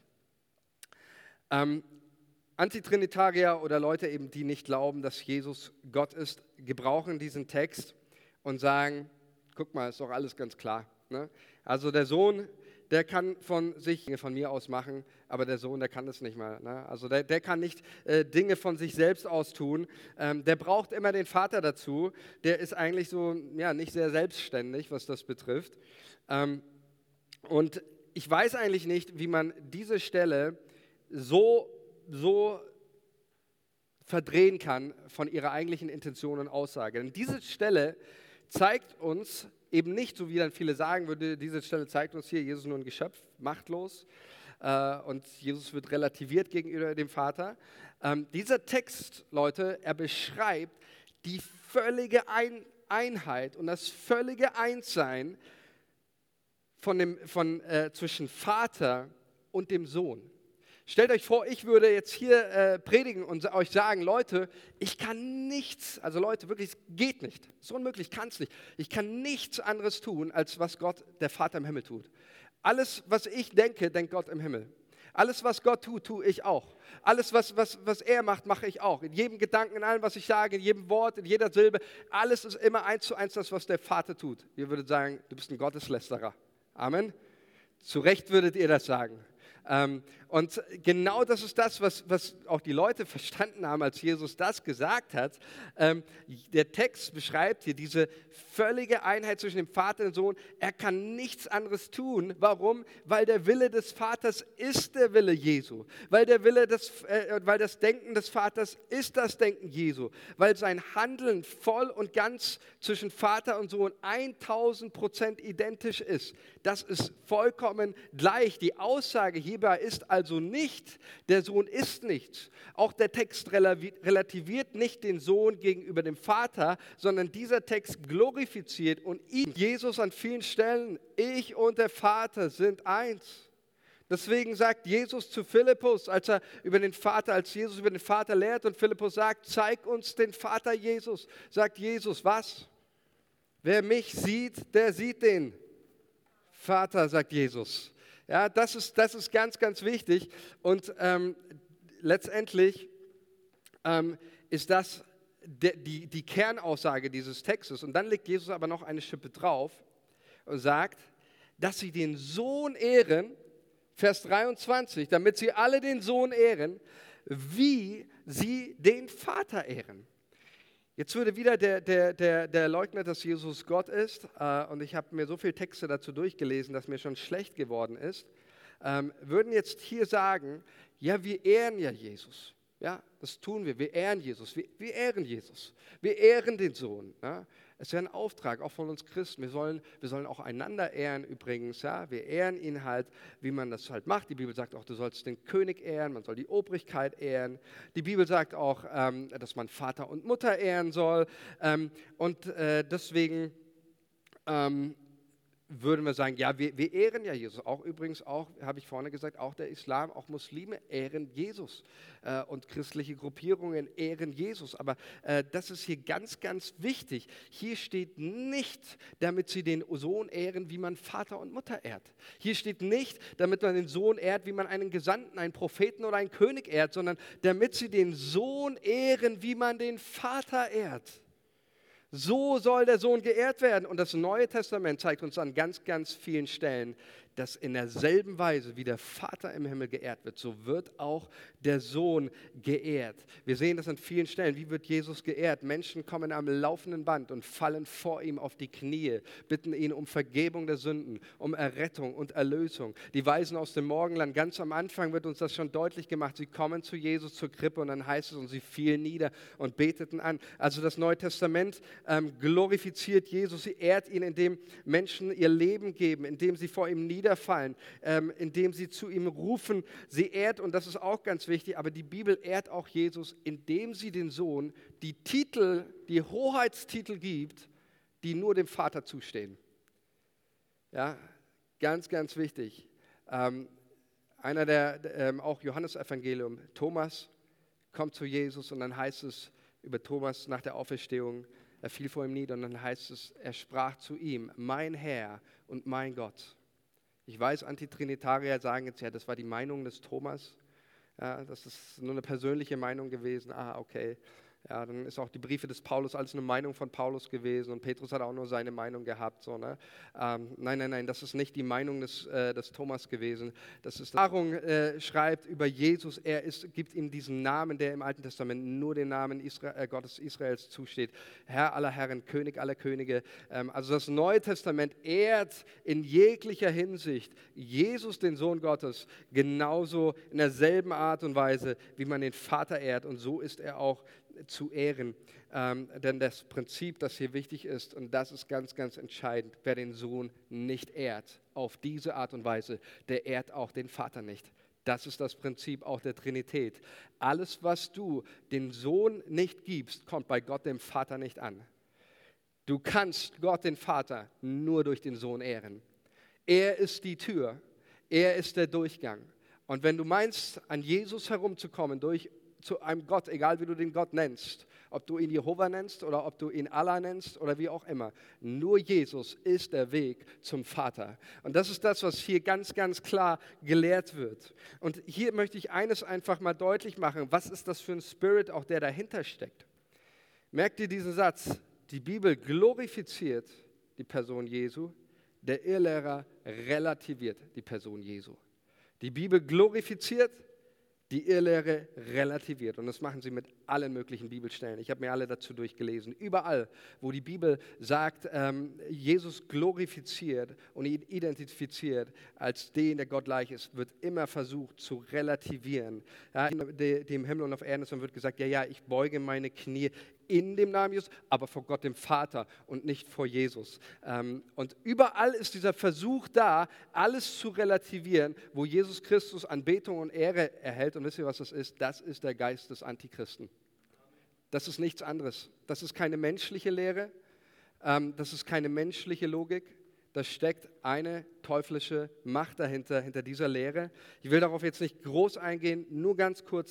Antitrinitarier oder Leute eben, die nicht glauben, dass Jesus Gott ist, gebrauchen diesen Text und sagen, guck mal, ist doch alles ganz klar. Ne? Also der Sohn, der kann von mir aus machen, aber der Sohn, der kann das nicht mal. Ne? Also der kann nicht Dinge von sich selbst aus tun. Der braucht immer den Vater dazu. Der ist eigentlich so, ja, nicht sehr selbstständig, was das betrifft. Und ich weiß eigentlich nicht, wie man diese Stelle so verdrehen kann von ihrer eigentlichen Intention und Aussage. Denn diese Stelle zeigt uns eben nicht, so wie dann viele sagen würden, diese Stelle zeigt uns hier, Jesus ist nur ein Geschöpf, machtlos, und Jesus wird relativiert gegenüber dem Vater. Dieser Text, Leute, er beschreibt die völlige Einheit und das völlige Einssein zwischen Vater und dem Sohn. Stellt euch vor, ich würde jetzt hier predigen und euch sagen, Leute, ich kann nichts, also Leute, wirklich, es geht nicht, so unmöglich, kann es nicht. Ich kann nichts anderes tun, als was Gott, der Vater im Himmel tut. Alles, was ich denke, denkt Gott im Himmel. Alles, was Gott tut, tue ich auch. Alles, was er macht, mache ich auch. In jedem Gedanken, in allem, was ich sage, in jedem Wort, in jeder Silbe, alles ist immer 1:1 das, was der Vater tut. Ihr würdet sagen, du bist ein Gotteslästerer. Amen. Zu Recht würdet ihr das sagen. Und genau das ist das, was auch die Leute verstanden haben, als Jesus das gesagt hat. Der Text beschreibt hier diese völlige Einheit zwischen dem Vater und dem Sohn. Er kann nichts anderes tun. Warum? Weil der Wille des Vaters ist der Wille Jesu. Weil das Denken des Vaters ist das Denken Jesu. Weil sein Handeln voll und ganz zwischen Vater und Sohn 1000% identisch ist. Das ist vollkommen gleich. Die Aussage hierbei ist also nicht, der Sohn ist nichts. Auch der Text relativiert nicht den Sohn gegenüber dem Vater, sondern dieser Text glorifiziert und ihn, Jesus an vielen Stellen, ich und der Vater sind eins. Deswegen sagt Jesus zu Philippus, als Jesus über den Vater lehrt und Philippus sagt, zeig uns den Vater Jesus, sagt Jesus, was? Wer mich sieht, der sieht den Vater, sagt Jesus. Ja, das ist ganz, ganz wichtig und letztendlich ist das die Kernaussage dieses Textes. Und dann legt Jesus aber noch eine Schippe drauf und sagt, dass sie den Sohn ehren, Vers 23, damit sie alle den Sohn ehren, wie sie den Vater ehren. Jetzt würde wieder der leugnet, dass Jesus Gott ist, und ich habe mir so viele Texte dazu durchgelesen, dass mir schon schlecht geworden ist, würden jetzt hier sagen, ja, wir ehren ja Jesus. Ja, das tun wir. Wir ehren Jesus. Wir ehren Jesus. Wir ehren den Sohn. Ja. Es wäre ein Auftrag, auch von uns Christen. Wir sollen auch einander ehren übrigens. Ja. Wir ehren ihn halt, wie man das halt macht. Die Bibel sagt auch, du sollst den König ehren, man soll die Obrigkeit ehren. Die Bibel sagt auch, dass man Vater und Mutter ehren soll. Deswegen würden wir sagen, ja, wir ehren ja Jesus. Auch übrigens, habe ich vorne gesagt, auch der Islam, auch Muslime ehren Jesus. Und christliche Gruppierungen ehren Jesus. Aber das ist hier ganz, ganz wichtig. Hier steht nicht, damit sie den Sohn ehren, wie man Vater und Mutter ehrt. Hier steht nicht, damit man den Sohn ehrt, wie man einen Gesandten, einen Propheten oder einen König ehrt, sondern damit sie den Sohn ehren, wie man den Vater ehrt. So soll der Sohn geehrt werden. Und das Neue Testament zeigt uns an ganz, ganz vielen Stellen, dass in derselben Weise, wie der Vater im Himmel geehrt wird, so wird auch der Sohn geehrt. Wir sehen das an vielen Stellen. Wie wird Jesus geehrt? Menschen kommen am laufenden Band und fallen vor ihm auf die Knie, bitten ihn um Vergebung der Sünden, um Errettung und Erlösung. Die Weisen aus dem Morgenland, ganz am Anfang wird uns das schon deutlich gemacht. Sie kommen zu Jesus zur Krippe und dann heißt es, und sie fielen nieder und beteten an. Also das Neue Testament glorifiziert Jesus. Sie ehrt ihn, indem Menschen ihr Leben geben, indem sie vor ihm niederfallen, indem sie zu ihm rufen. Sie ehrt, und das ist auch ganz wichtig, aber die Bibel ehrt auch Jesus, indem sie den Sohn die Titel, die Hoheitstitel gibt, die nur dem Vater zustehen. Ja, ganz, ganz wichtig. Einer auch Johannesevangelium, Thomas kommt zu Jesus und dann heißt es über Thomas nach der Auferstehung, er fiel vor ihm nieder und dann heißt es, er sprach zu ihm, mein Herr und mein Gott. Ich weiß, Antitrinitarier sagen jetzt, ja, das war die Meinung des Thomas. Ja, das ist nur eine persönliche Meinung gewesen. Ah, okay. Ja, dann ist auch die Briefe des Paulus alles eine Meinung von Paulus gewesen und Petrus hat auch nur seine Meinung gehabt. So, ne? Nein, das ist nicht die Meinung des Thomas gewesen. Das ist Erfahrung schreibt über Jesus. Gibt ihm diesen Namen, der im Alten Testament nur den Namen Gottes Israels zusteht. Herr aller Herren, König aller Könige. Also das Neue Testament ehrt in jeglicher Hinsicht Jesus, den Sohn Gottes, genauso in derselben Art und Weise, wie man den Vater ehrt. Und so ist er auch zu ehren. Denn das Prinzip, das hier wichtig ist, und das ist ganz, ganz entscheidend, wer den Sohn nicht ehrt, auf diese Art und Weise, der ehrt auch den Vater nicht. Das ist das Prinzip auch der Trinität. Alles, was du den Sohn nicht gibst, kommt bei Gott, dem Vater, nicht an. Du kannst Gott, den Vater, nur durch den Sohn ehren. Er ist die Tür, er ist der Durchgang. Und wenn du meinst, an Jesus herumzukommen, zu einem Gott, egal wie du den Gott nennst, ob du ihn Jehova nennst oder ob du ihn Allah nennst oder wie auch immer, nur Jesus ist der Weg zum Vater. Und das ist das, was hier ganz, ganz klar gelehrt wird. Und hier möchte ich eines einfach mal deutlich machen, was ist das für ein Spirit, auch der dahinter steckt. Merkt ihr diesen Satz? Die Bibel glorifiziert die Person Jesu, der Irrlehrer relativiert die Person Jesu. Die Bibel glorifiziert, die Irrlehre relativiert. Und das machen sie mit allen möglichen Bibelstellen. Ich habe mir alle dazu durchgelesen. Überall, wo die Bibel sagt, Jesus glorifiziert und ihn identifiziert als den, der Gott gleich ist, wird immer versucht zu relativieren. Ja, dem Himmel und auf Erden ist, dann wird gesagt, ja, ich beuge meine Knie in dem Namen Jesus, aber vor Gott dem Vater und nicht vor Jesus. Und überall ist dieser Versuch da, alles zu relativieren, wo Jesus Christus Anbetung und Ehre erhält. Und wisst ihr, was das ist? Das ist der Geist des Antichristen. Das ist nichts anderes. Das ist keine menschliche Lehre, das ist keine menschliche Logik. Da steckt eine teuflische Macht dahinter, hinter dieser Lehre. Ich will darauf jetzt nicht groß eingehen, nur ganz kurz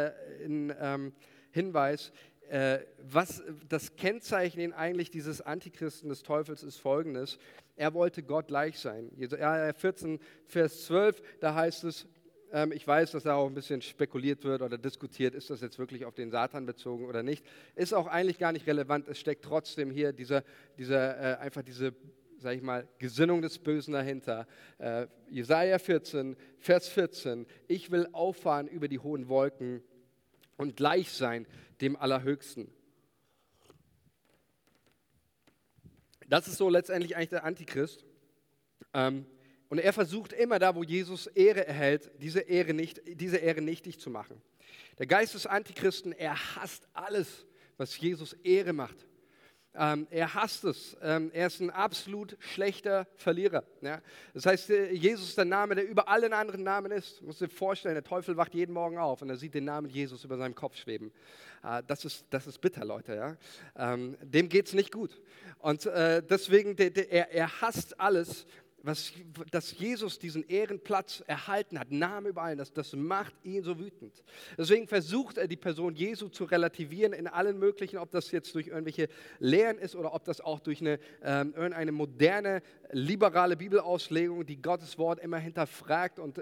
ein Hinweis. Was das Kennzeichen eigentlich dieses Antichristen des Teufels ist folgendes: Er wollte Gott gleich sein. Jesaja 14, Vers 12, da heißt es, ich weiß, dass da auch ein bisschen spekuliert wird oder diskutiert, ist das jetzt wirklich auf den Satan bezogen oder nicht. Ist auch eigentlich gar nicht relevant. Es steckt trotzdem hier einfach diese, sag ich mal, Gesinnung des Bösen dahinter. Jesaja 14, Vers 14, ich will auffahren über die hohen Wolken und gleich sein dem Allerhöchsten. Das ist so letztendlich eigentlich der Antichrist. Und er versucht immer da, wo Jesus Ehre erhält, diese Ehre nichtig zu machen. Der Geist des Antichristen, er hasst alles, was Jesus Ehre macht. Er hasst es. Er ist ein absolut schlechter Verlierer. Ja? Das heißt, Jesus ist der Name, der über allen anderen Namen ist. Du musst dir vorstellen, der Teufel wacht jeden Morgen auf und er sieht den Namen Jesus über seinem Kopf schweben. Das ist bitter, Leute. Ja? Dem geht es nicht gut. Und deswegen, er hasst alles, dass Jesus diesen Ehrenplatz erhalten hat, Name über allen, das macht ihn so wütend. Deswegen versucht er, die Person Jesu zu relativieren in allen möglichen, ob das jetzt durch irgendwelche Lehren ist oder ob das auch durch irgendeine moderne, liberale Bibelauslegung, die Gottes Wort immer hinterfragt und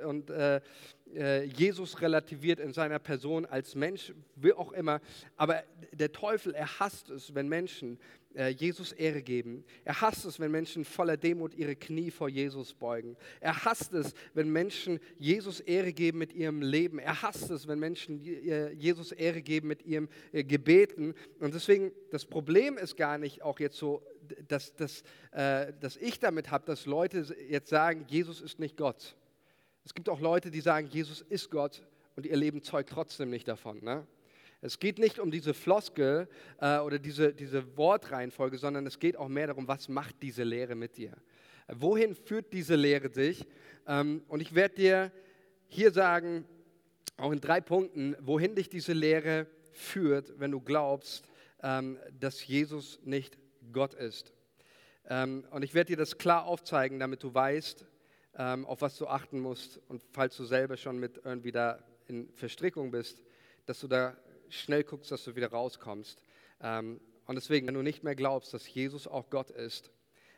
Jesus relativiert in seiner Person als Mensch, wie auch immer. Aber der Teufel, er hasst es, wenn Menschen Jesus Ehre geben. Er hasst es, wenn Menschen voller Demut ihre Knie vor Jesus beugen. Er hasst es, wenn Menschen Jesus Ehre geben mit ihrem Leben. Er hasst es, wenn Menschen Jesus Ehre geben mit ihrem Gebeten. Und deswegen, das Problem ist gar nicht auch jetzt so, dass ich damit habe, dass Leute jetzt sagen, Jesus ist nicht Gott. Es gibt auch Leute, die sagen, Jesus ist Gott und ihr Leben zeugt trotzdem nicht davon. Ne? Es geht nicht um diese Floskel oder diese Wortreihenfolge, sondern es geht auch mehr darum, was macht diese Lehre mit dir? Wohin führt diese Lehre dich? Und ich werde dir hier sagen, auch in 3 Punkten, wohin dich diese Lehre führt, wenn du glaubst, dass Jesus nicht Gott ist. Und ich werde dir das klar aufzeigen, damit du weißt, auf was du achten musst. Und falls du selber schon mit irgendwie da in Verstrickung bist, dass du da schnell guckst, dass du wieder rauskommst. Und deswegen, wenn du nicht mehr glaubst, dass Jesus auch Gott ist,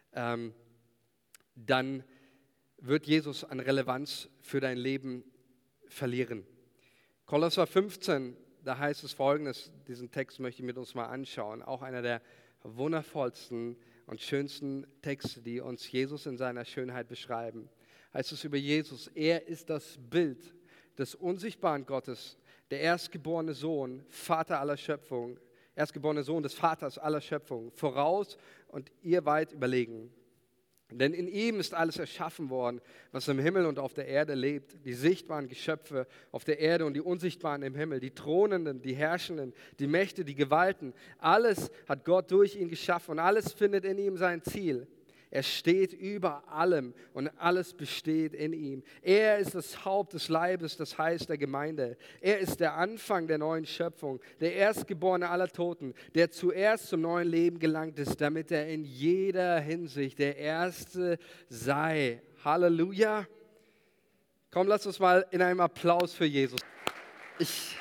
dann wird Jesus an Relevanz für dein Leben verlieren. Kolosser 15, da heißt es Folgendes, diesen Text möchte ich mit uns mal anschauen, auch einer der wundervollsten und schönsten Texte, die uns Jesus in seiner Schönheit beschreiben. Heißt es über Jesus, er ist das Bild des unsichtbaren Gottes, der erstgeborene Sohn, Vater aller Schöpfung, erstgeborene Sohn des Vaters aller Schöpfung, voraus und ihr weit überlegen. Denn in ihm ist alles erschaffen worden, was im Himmel und auf der Erde lebt, die sichtbaren Geschöpfe auf der Erde und die unsichtbaren im Himmel, die Thronenden, die Herrschenden, die Mächte, die Gewalten. Alles hat Gott durch ihn geschaffen und alles findet in ihm sein Ziel. Er steht über allem und alles besteht in ihm. Er ist das Haupt des Leibes, das heißt der Gemeinde. Er ist der Anfang der neuen Schöpfung, der Erstgeborene aller Toten, der zuerst zum neuen Leben gelangt ist, damit er in jeder Hinsicht der Erste sei. Halleluja. Komm, lass uns mal in einem Applaus für Jesus. Ich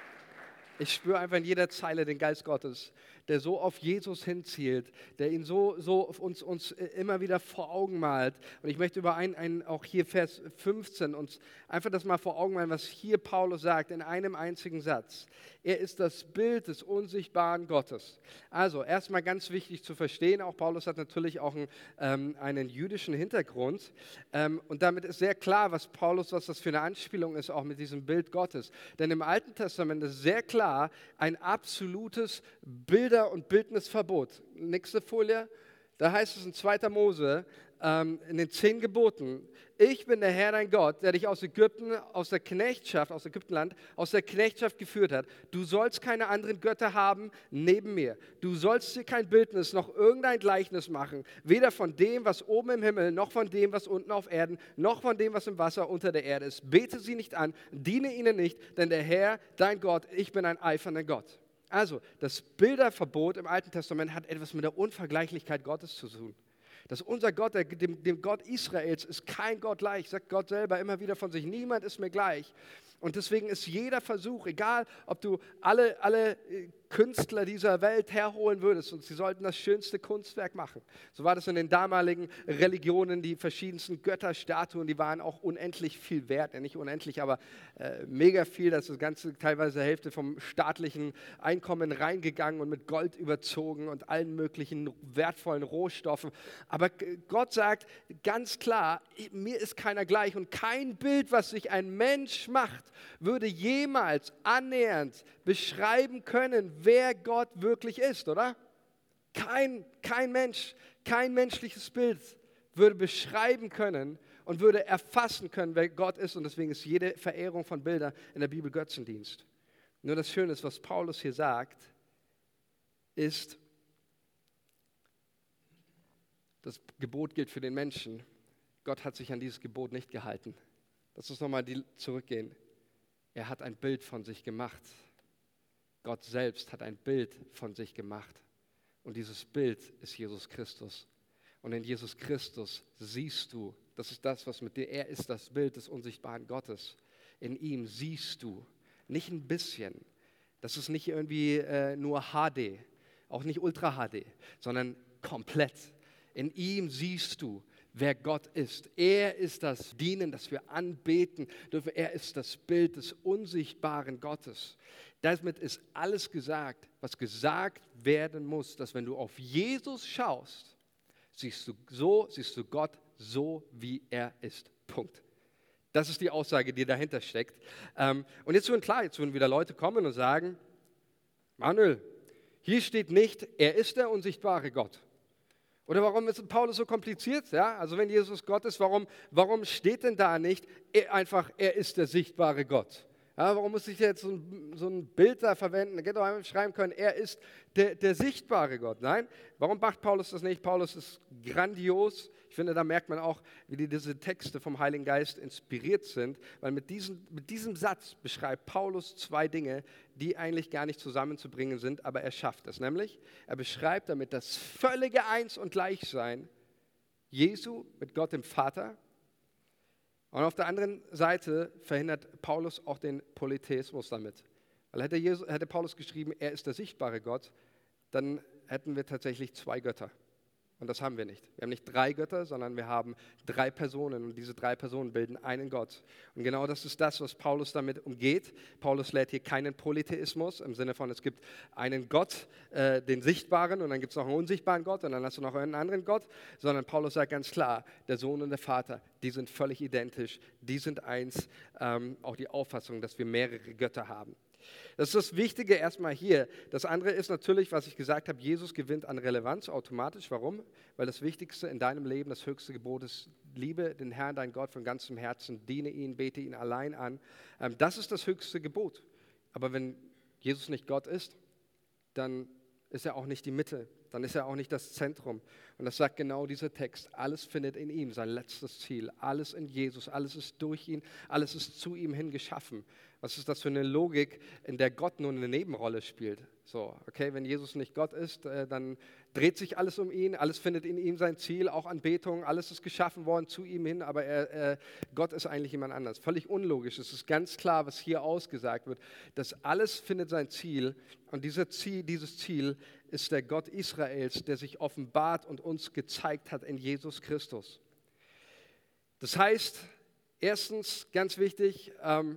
spüre einfach in jeder Zeile den Geist Gottes, der so auf Jesus hinzielt, der ihn so uns immer wieder vor Augen malt. Und ich möchte über auch hier Vers 15 uns einfach das mal vor Augen malen, was hier Paulus sagt in einem einzigen Satz. Er ist das Bild des unsichtbaren Gottes. Also erstmal ganz wichtig zu verstehen, auch Paulus hat natürlich auch einen jüdischen Hintergrund. Und damit ist sehr klar, was das für eine Anspielung ist, auch mit diesem Bild Gottes. Denn im Alten Testament ist sehr klar ein absolutes Bilder- und Bildnisverbot. Nächste Folie, da heißt es in 2. Mose, in den 10 Geboten, ich bin der Herr dein Gott, der dich aus Ägypten, aus Ägyptenland, aus der Knechtschaft geführt hat. Du sollst keine anderen Götter haben neben mir. Du sollst dir kein Bildnis noch irgendein Gleichnis machen, weder von dem, was oben im Himmel, noch von dem, was unten auf Erden, noch von dem, was im Wasser unter der Erde ist. Bete sie nicht an, diene ihnen nicht, denn der Herr, dein Gott, ich bin ein eifernder Gott. Also, das Bilderverbot im Alten Testament hat etwas mit der Unvergleichlichkeit Gottes zu tun. Dass unser Gott, dem Gott Israels, ist kein Gott gleich, sagt Gott selber immer wieder von sich, niemand ist mir gleich. Und deswegen ist jeder Versuch, egal ob du alle Künstler dieser Welt herholen würdest und sie sollten das schönste Kunstwerk machen. So war das in den damaligen Religionen, die verschiedensten Götterstatuen, die waren auch unendlich viel wert, nicht unendlich, aber mega viel, das ist das ganze, teilweise Hälfte vom staatlichen Einkommen reingegangen und mit Gold überzogen und allen möglichen wertvollen Rohstoffen. Aber Gott sagt ganz klar, mir ist keiner gleich und kein Bild, was sich ein Mensch macht, würde jemals annähernd beschreiben können, wer Gott wirklich ist, oder? Kein Mensch, kein menschliches Bild würde beschreiben können und würde erfassen können, wer Gott ist. Und deswegen ist jede Verehrung von Bildern in der Bibel Götzendienst. Nur das Schöne ist, was Paulus hier sagt, ist, das Gebot gilt für den Menschen. Gott hat sich an dieses Gebot nicht gehalten. Lass uns nochmal zurückgehen. Er hat ein Bild von sich gemacht. Gott selbst hat ein Bild von sich gemacht. Und dieses Bild ist Jesus Christus. Und in Jesus Christus siehst du, das ist das, was mit dir, er ist das Bild des unsichtbaren Gottes. In ihm siehst du, nicht ein bisschen, das ist nicht irgendwie nur HD, auch nicht Ultra HD, sondern komplett. In ihm siehst du, wer Gott ist. Er ist das Dienen, das wir anbeten dürfen. Er ist das Bild des unsichtbaren Gottes. Damit ist alles gesagt, was gesagt werden muss, dass wenn du auf Jesus schaust, siehst du Gott so, wie er ist. Punkt. Das ist die Aussage, die dahinter steckt. Und jetzt würden wieder Leute kommen und sagen, Manuel, hier steht nicht, er ist der unsichtbare Gott. Oder warum ist Paulus so kompliziert? Ja? Also wenn Jesus Gott ist, warum steht denn da nicht einfach, er ist der sichtbare Gott? Ja, warum muss ich jetzt so ein Bild da verwenden? Da hätte doch einfach schreiben können, er ist der sichtbare Gott. Nein, warum macht Paulus das nicht? Paulus ist grandios. Ich finde, da merkt man auch, wie diese Texte vom Heiligen Geist inspiriert sind, weil mit diesem Satz beschreibt Paulus zwei Dinge, die eigentlich gar nicht zusammenzubringen sind, aber er schafft es. Nämlich, er beschreibt damit das völlige Eins und Gleichsein Jesu mit Gott dem Vater. Und auf der anderen Seite verhindert Paulus auch den Polytheismus damit. Weil hätte Paulus geschrieben, er ist der sichtbare Gott, dann hätten wir tatsächlich zwei Götter. Und das haben wir nicht. Wir haben nicht drei Götter, sondern wir haben drei Personen. Und diese drei Personen bilden einen Gott. Und genau das ist das, was Paulus damit umgeht. Paulus lehrt hier keinen Polytheismus, im Sinne von, es gibt einen Gott, den Sichtbaren, und dann gibt es noch einen unsichtbaren Gott, und dann hast du noch einen anderen Gott. Sondern Paulus sagt ganz klar, der Sohn und der Vater, die sind völlig identisch, die sind eins. Auch die Auffassung, dass wir mehrere Götter haben. Das ist das Wichtige erstmal hier. Das andere ist natürlich, was ich gesagt habe, Jesus gewinnt an Relevanz automatisch. Warum? Weil das Wichtigste in deinem Leben, das höchste Gebot ist, liebe den Herrn, deinen Gott von ganzem Herzen, diene ihn, bete ihn allein an. Das ist das höchste Gebot. Aber wenn Jesus nicht Gott ist, dann ist er auch nicht die Mitte, dann ist er auch nicht das Zentrum. Und das sagt genau dieser Text. Alles findet in ihm sein letztes Ziel. Alles in Jesus, alles ist durch ihn, alles ist zu ihm hin geschaffen. Was ist das für eine Logik, in der Gott nur eine Nebenrolle spielt? So, okay, wenn Jesus nicht Gott ist, dann dreht sich alles um ihn, alles findet in ihm sein Ziel, auch Anbetung, alles ist geschaffen worden zu ihm hin, aber Gott ist eigentlich jemand anders. Völlig unlogisch. Es ist ganz klar, was hier ausgesagt wird, dass alles findet sein Ziel, und dieses Ziel ist der Gott Israels, der sich offenbart und uns gezeigt hat in Jesus Christus. Das heißt, erstens, ganz wichtig,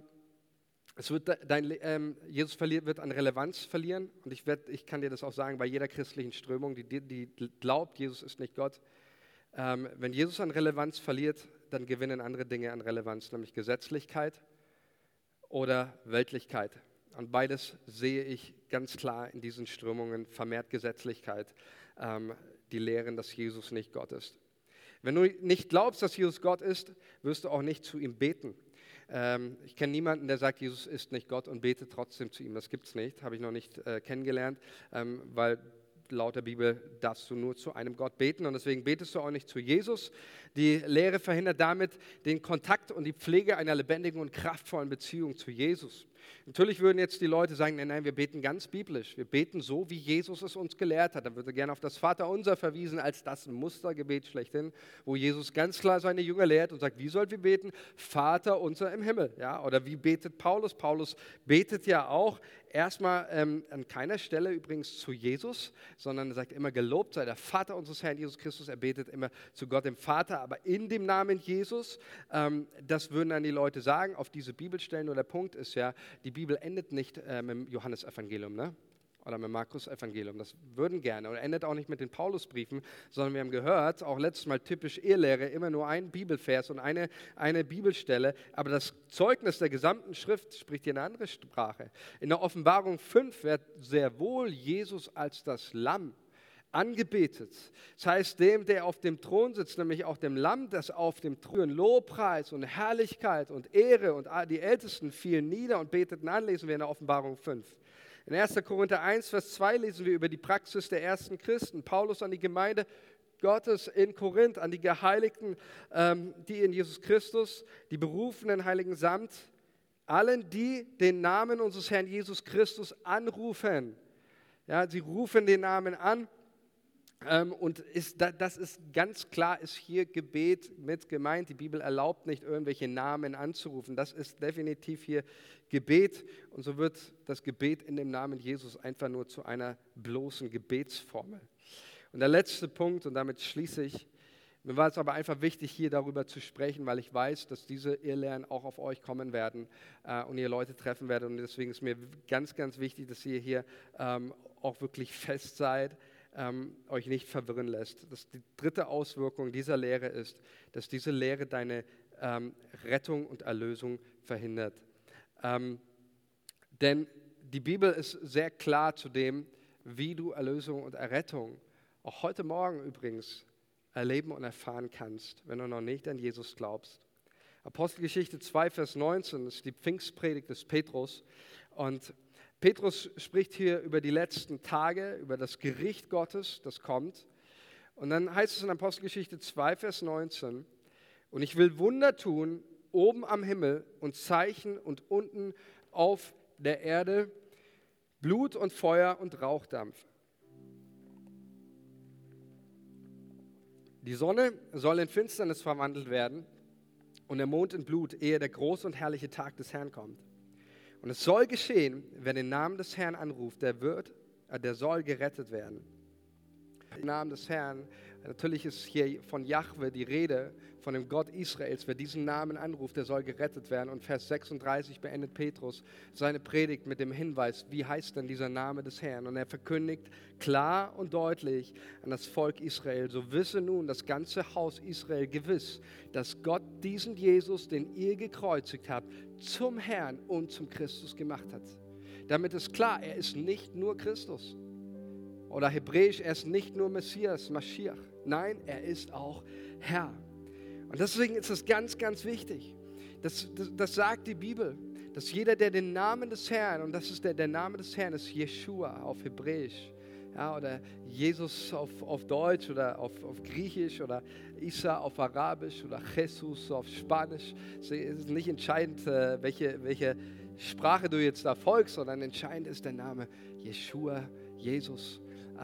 Jesus wird an Relevanz verlieren, und ich kann dir das auch sagen, bei jeder christlichen Strömung, die glaubt, Jesus ist nicht Gott. Wenn Jesus an Relevanz verliert, dann gewinnen andere Dinge an Relevanz, nämlich Gesetzlichkeit oder Weltlichkeit. Und beides sehe ich ganz klar in diesen Strömungen, vermehrt Gesetzlichkeit, die lehren, dass Jesus nicht Gott ist. Wenn du nicht glaubst, dass Jesus Gott ist, wirst du auch nicht zu ihm beten. Ich kenne niemanden, der sagt, Jesus ist nicht Gott und betet trotzdem zu ihm. Das gibt es nicht, habe ich noch nicht kennengelernt, weil laut der Bibel darfst du nur zu einem Gott beten, und deswegen betest du auch nicht zu Jesus. Die Lehre verhindert damit den Kontakt und die Pflege einer lebendigen und kraftvollen Beziehung zu Jesus. Natürlich würden jetzt die Leute sagen, nein, wir beten ganz biblisch. Wir beten so, wie Jesus es uns gelehrt hat. Da wird gerne auf das Vaterunser verwiesen als das Mustergebet schlechthin, wo Jesus ganz klar seine Jünger lehrt und sagt, wie sollen wir beten? Vater unser im Himmel. Ja? Oder wie betet Paulus? Paulus betet ja auch erstmal an keiner Stelle übrigens zu Jesus, sondern er sagt immer, gelobt sei der Vater unseres Herrn Jesus Christus. Er betet immer zu Gott dem Vater, aber in dem Namen Jesus. Das würden dann die Leute sagen, auf diese Bibelstellen. Nur der Punkt ist ja, die Bibel endet nicht mit dem Johannesevangelium, ne? Oder mit dem Markus-Evangelium. Das würden gerne. Und endet auch nicht mit den Paulusbriefen, sondern wir haben gehört, auch letztes Mal typisch Irrlehre, immer nur ein Bibelvers und eine Bibelstelle. Aber das Zeugnis der gesamten Schrift spricht hier eine andere Sprache. In der Offenbarung 5 wird sehr wohl Jesus als das Lamm angebetet. Das heißt, dem, der auf dem Thron sitzt, nämlich auch dem Lamm, das auf dem Thron Lobpreis und Herrlichkeit und Ehre, und die Ältesten fielen nieder und beteten an, lesen wir in der Offenbarung 5. In 1. Korinther 1, Vers 2 lesen wir über die Praxis der ersten Christen. Paulus an die Gemeinde Gottes in Korinth, an die Geheiligten, die in Jesus Christus, die berufenen Heiligen samt allen, die den Namen unseres Herrn Jesus Christus anrufen. Ja, sie rufen den Namen an. Und das ist ganz klar, ist hier Gebet mit gemeint. Die Bibel erlaubt nicht, irgendwelche Namen anzurufen. Das ist definitiv hier Gebet. Und so wird das Gebet in dem Namen Jesus einfach nur zu einer bloßen Gebetsformel. Und der letzte Punkt, und damit schließe ich, mir war es aber einfach wichtig, hier darüber zu sprechen, weil ich weiß, dass diese Irrlehren auch auf euch kommen werden und ihr Leute treffen werdet. Und deswegen ist mir ganz, ganz wichtig, dass ihr hier auch wirklich fest seid, euch nicht verwirren lässt. Die dritte Auswirkung dieser Lehre ist, dass diese Lehre deine Rettung und Erlösung verhindert. Denn die Bibel ist sehr klar zu dem, wie du Erlösung und Errettung, auch heute Morgen übrigens, erleben und erfahren kannst, wenn du noch nicht an Jesus glaubst. Apostelgeschichte 2, Vers 19 ist die Pfingstpredigt des Petrus. Und Petrus spricht hier über die letzten Tage, über das Gericht Gottes, das kommt. Und dann heißt es in Apostelgeschichte 2, Vers 19, und ich will Wunder tun, oben am Himmel und Zeichen und unten auf der Erde, Blut und Feuer und Rauchdampf. Die Sonne soll in Finsternis verwandelt werden und der Mond in Blut, ehe der große und herrliche Tag des Herrn kommt. Und es soll geschehen, wer den Namen des Herrn anruft, der soll gerettet werden. Im Namen des Herrn, natürlich ist hier von Jahwe die Rede, von dem Gott Israels. Wer diesen Namen anruft, der soll gerettet werden. Und Vers 36 beendet Petrus seine Predigt mit dem Hinweis, wie heißt denn dieser Name des Herrn? Und er verkündigt klar und deutlich an das Volk Israel, so wisse nun das ganze Haus Israel gewiss, dass Gott diesen Jesus, den ihr gekreuzigt habt, zum Herrn und zum Christus gemacht hat. Damit ist klar, er ist nicht nur Christus. Oder hebräisch, er ist nicht nur Messias, Maschiach. Nein, er ist auch Herr. Und deswegen ist es ganz, ganz wichtig. Das sagt die Bibel, dass jeder, der den Namen des Herrn, und das ist der Name des Herrn ist Jeshua auf Hebräisch, ja, oder Jesus auf Deutsch oder auf Griechisch oder Isa auf Arabisch oder Jesus auf Spanisch. Es ist nicht entscheidend, welche Sprache du jetzt da folgst, sondern entscheidend ist der Name Jeshua, Jesus.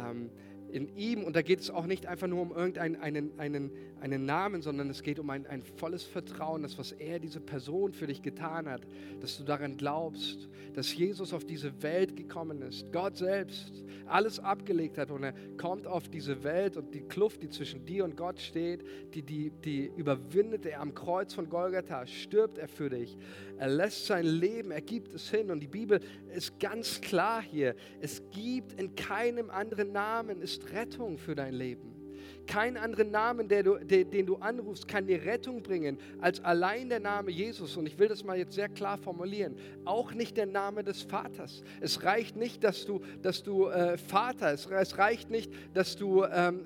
In ihm, und da geht es auch nicht einfach nur um irgendeinen Namen, sondern es geht um ein volles Vertrauen, das, was er, diese Person für dich getan hat, dass du daran glaubst, dass Jesus auf diese Welt gekommen ist, Gott selbst alles abgelegt hat und er kommt auf diese Welt und die Kluft, die zwischen dir und Gott steht, die überwindet er am Kreuz von Golgatha, stirbt er für dich, er lässt sein Leben, er gibt es hin und die Bibel ist ganz klar hier, es gibt in keinem anderen Namen ist Rettung für dein Leben. Kein anderen Namen, den du anrufst, kann dir Rettung bringen, als allein der Name Jesus. Und ich will das mal jetzt sehr klar formulieren. Auch nicht der Name des Vaters. Es reicht nicht, dass du Vater, es reicht nicht, dass du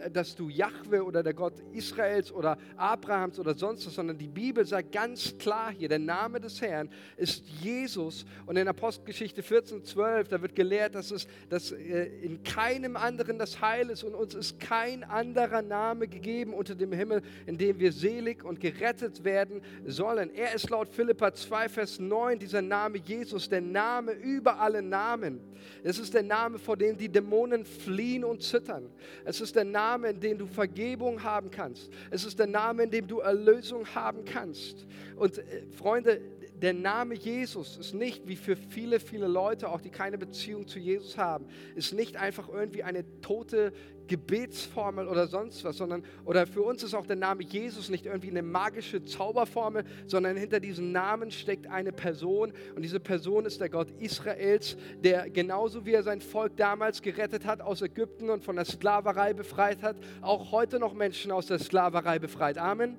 Jahwe oder der Gott Israels oder Abrahams oder sonst was, sondern die Bibel sagt ganz klar hier, der Name des Herrn ist Jesus. Und in Apostelgeschichte 14,12, da wird gelehrt, dass in keinem anderen das Heil ist und uns ist kein anderer Name gegeben unter dem Himmel, in dem wir selig und gerettet werden sollen. Er ist laut Philipper 2, Vers 9, dieser Name Jesus, der Name über alle Namen. Es ist der Name, vor dem die Dämonen fliehen und zittern. Es ist der Name, in dem du Vergebung haben kannst. Es ist der Name, in dem du Erlösung haben kannst. Und Freunde, der Name Jesus ist nicht, wie für viele, viele Leute, auch die keine Beziehung zu Jesus haben, ist nicht einfach irgendwie eine tote Gebetsformel oder sonst was, oder für uns ist auch der Name Jesus nicht irgendwie eine magische Zauberformel, sondern hinter diesem Namen steckt eine Person und diese Person ist der Gott Israels, der genauso wie er sein Volk damals gerettet hat aus Ägypten und von der Sklaverei befreit hat, auch heute noch Menschen aus der Sklaverei befreit. Amen.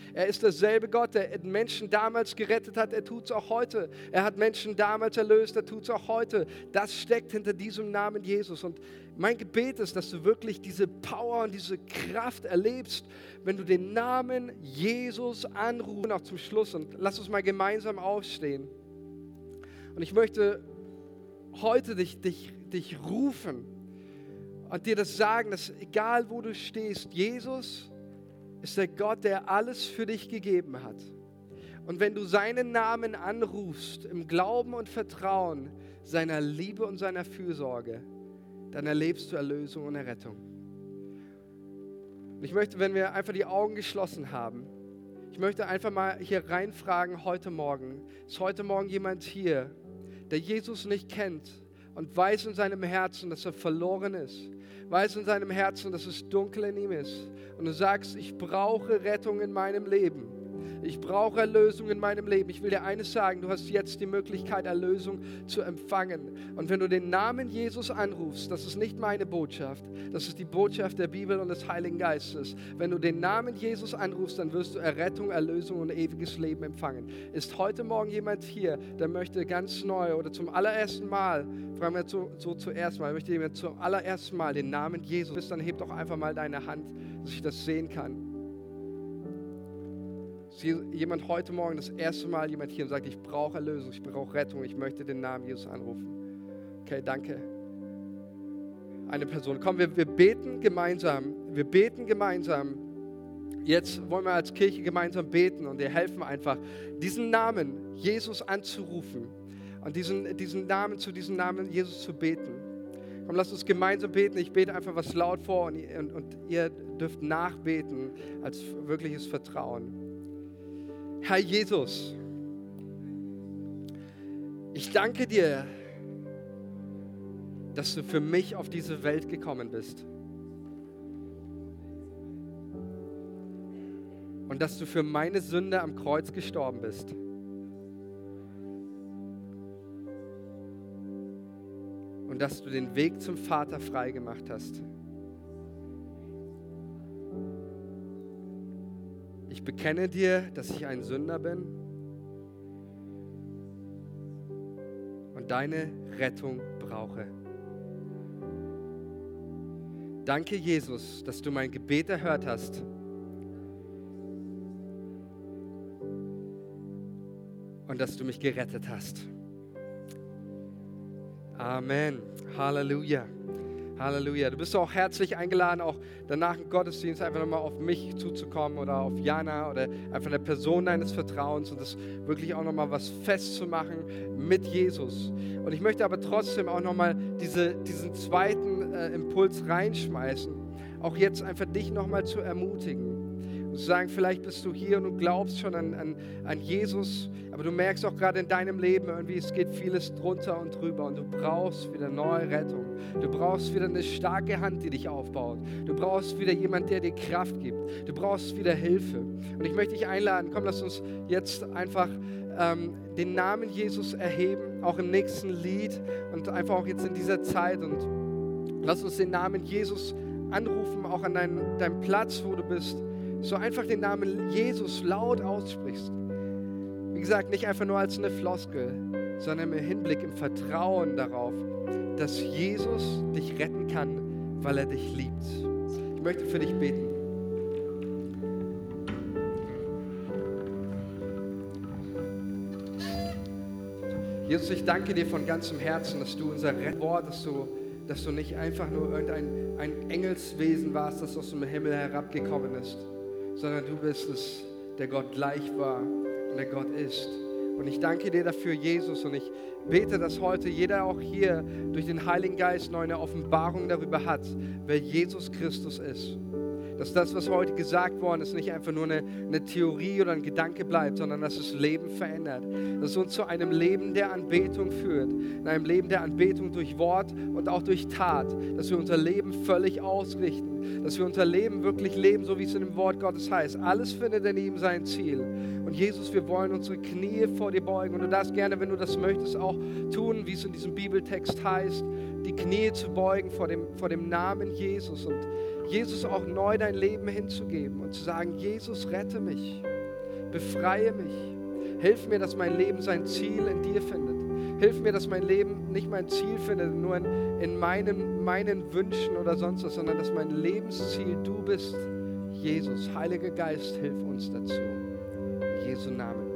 Er ist derselbe Gott, der Menschen damals gerettet hat, er tut es auch heute. Er hat Menschen damals erlöst, er tut es auch heute. Das steckt hinter diesem Namen Jesus. Und mein Gebet ist, dass du wirklich diese Power und diese Kraft erlebst, wenn du den Namen Jesus anrufst. Noch zum Schluss, und lass uns mal gemeinsam aufstehen. Und ich möchte heute dich rufen und dir das sagen, dass egal wo du stehst, Jesus ist der Gott, der alles für dich gegeben hat. Und wenn du seinen Namen anrufst, im Glauben und Vertrauen seiner Liebe und seiner Fürsorge, dann erlebst du Erlösung und Errettung. Und ich möchte, wenn wir einfach die Augen geschlossen haben, ich möchte einfach mal hier reinfragen heute Morgen. Ist heute Morgen jemand hier, der Jesus nicht kennt und weiß in seinem Herzen, dass er verloren ist? Weiß in seinem Herzen, dass es dunkel in ihm ist. Und du sagst, ich brauche Rettung in meinem Leben. Ich brauche Erlösung in meinem Leben. Ich will dir eines sagen, du hast jetzt die Möglichkeit, Erlösung zu empfangen. Und wenn du den Namen Jesus anrufst, das ist nicht meine Botschaft, das ist die Botschaft der Bibel und des Heiligen Geistes. Wenn du den Namen Jesus anrufst, dann wirst du Errettung, Erlösung und ewiges Leben empfangen. Ist heute Morgen jemand hier, der möchte ganz neu oder zum allerersten Mal, fragen wir so zuerst mal, möchte jemand zum allerersten Mal den Namen Jesus, dann heb doch einfach mal deine Hand, dass ich das sehen kann. Jemand heute Morgen das erste Mal, jemand hier und sagt, ich brauche Erlösung, ich brauche Rettung, ich möchte den Namen Jesus anrufen. Okay, danke. Eine Person. Komm, wir beten gemeinsam. Wir beten gemeinsam. Jetzt wollen wir als Kirche gemeinsam beten und wir helfen einfach, diesen Namen Jesus anzurufen und diesen Namen Jesus zu beten. Komm, lasst uns gemeinsam beten. Ich bete einfach was laut vor und ihr dürft nachbeten als wirkliches Vertrauen. Herr Jesus, ich danke dir, dass du für mich auf diese Welt gekommen bist. Und dass du für meine Sünde am Kreuz gestorben bist. Und dass du den Weg zum Vater frei gemacht hast. Ich bekenne dir, dass ich ein Sünder bin und deine Rettung brauche. Danke, Jesus, dass du mein Gebet erhört hast und dass du mich gerettet hast. Amen. Halleluja. Halleluja. Du bist auch herzlich eingeladen, auch danach im Gottesdienst einfach nochmal auf mich zuzukommen oder auf Jana oder einfach eine Person deines Vertrauens und das wirklich auch nochmal was festzumachen mit Jesus. Und ich möchte aber trotzdem auch nochmal diesen zweiten Impuls reinschmeißen, auch jetzt einfach dich nochmal zu ermutigen. Und zu sagen, vielleicht bist du hier und du glaubst schon an Jesus, aber du merkst auch gerade in deinem Leben irgendwie, es geht vieles drunter und drüber und du brauchst wieder neue Rettung. Du brauchst wieder eine starke Hand, die dich aufbaut. Du brauchst wieder jemanden, der dir Kraft gibt. Du brauchst wieder Hilfe. Und ich möchte dich einladen, komm, lass uns jetzt einfach den Namen Jesus erheben, auch im nächsten Lied und einfach auch jetzt in dieser Zeit und lass uns den Namen Jesus anrufen, auch an deinem Platz, wo du bist. So einfach den Namen Jesus laut aussprichst. Wie gesagt, nicht einfach nur als eine Floskel, sondern im Hinblick, im Vertrauen darauf, dass Jesus dich retten kann, weil er dich liebt. Ich möchte für dich beten. Jesus, ich danke dir von ganzem Herzen, dass du unser Wort, dass du nicht einfach nur ein Engelswesen warst, das aus dem Himmel herabgekommen ist, sondern du bist es, der Gott gleich war und der Gott ist. Und ich danke dir dafür, Jesus, und ich bete, dass heute jeder auch hier durch den Heiligen Geist neu eine Offenbarung darüber hat, wer Jesus Christus ist. Dass das, was heute gesagt worden ist, nicht einfach nur eine Theorie oder ein Gedanke bleibt, sondern dass es Leben verändert. Dass es uns zu einem Leben der Anbetung führt. In einem Leben der Anbetung durch Wort und auch durch Tat. Dass wir unser Leben völlig ausrichten. Dass wir unser Leben wirklich leben, so wie es in dem Wort Gottes heißt. Alles findet in ihm sein Ziel. Und Jesus, wir wollen unsere Knie vor dir beugen. Und du darfst gerne, wenn du das möchtest, auch tun, wie es in diesem Bibeltext heißt, die Knie zu beugen vor dem Namen Jesus. Und Jesus auch neu dein Leben hinzugeben und zu sagen, Jesus, rette mich. Befreie mich. Hilf mir, dass mein Leben sein Ziel in dir findet. Hilf mir, dass mein Leben nicht mein Ziel findet, nur in meinen Wünschen oder sonst was, sondern dass mein Lebensziel du bist, Jesus. Heiliger Geist, hilf uns dazu. In Jesu Namen.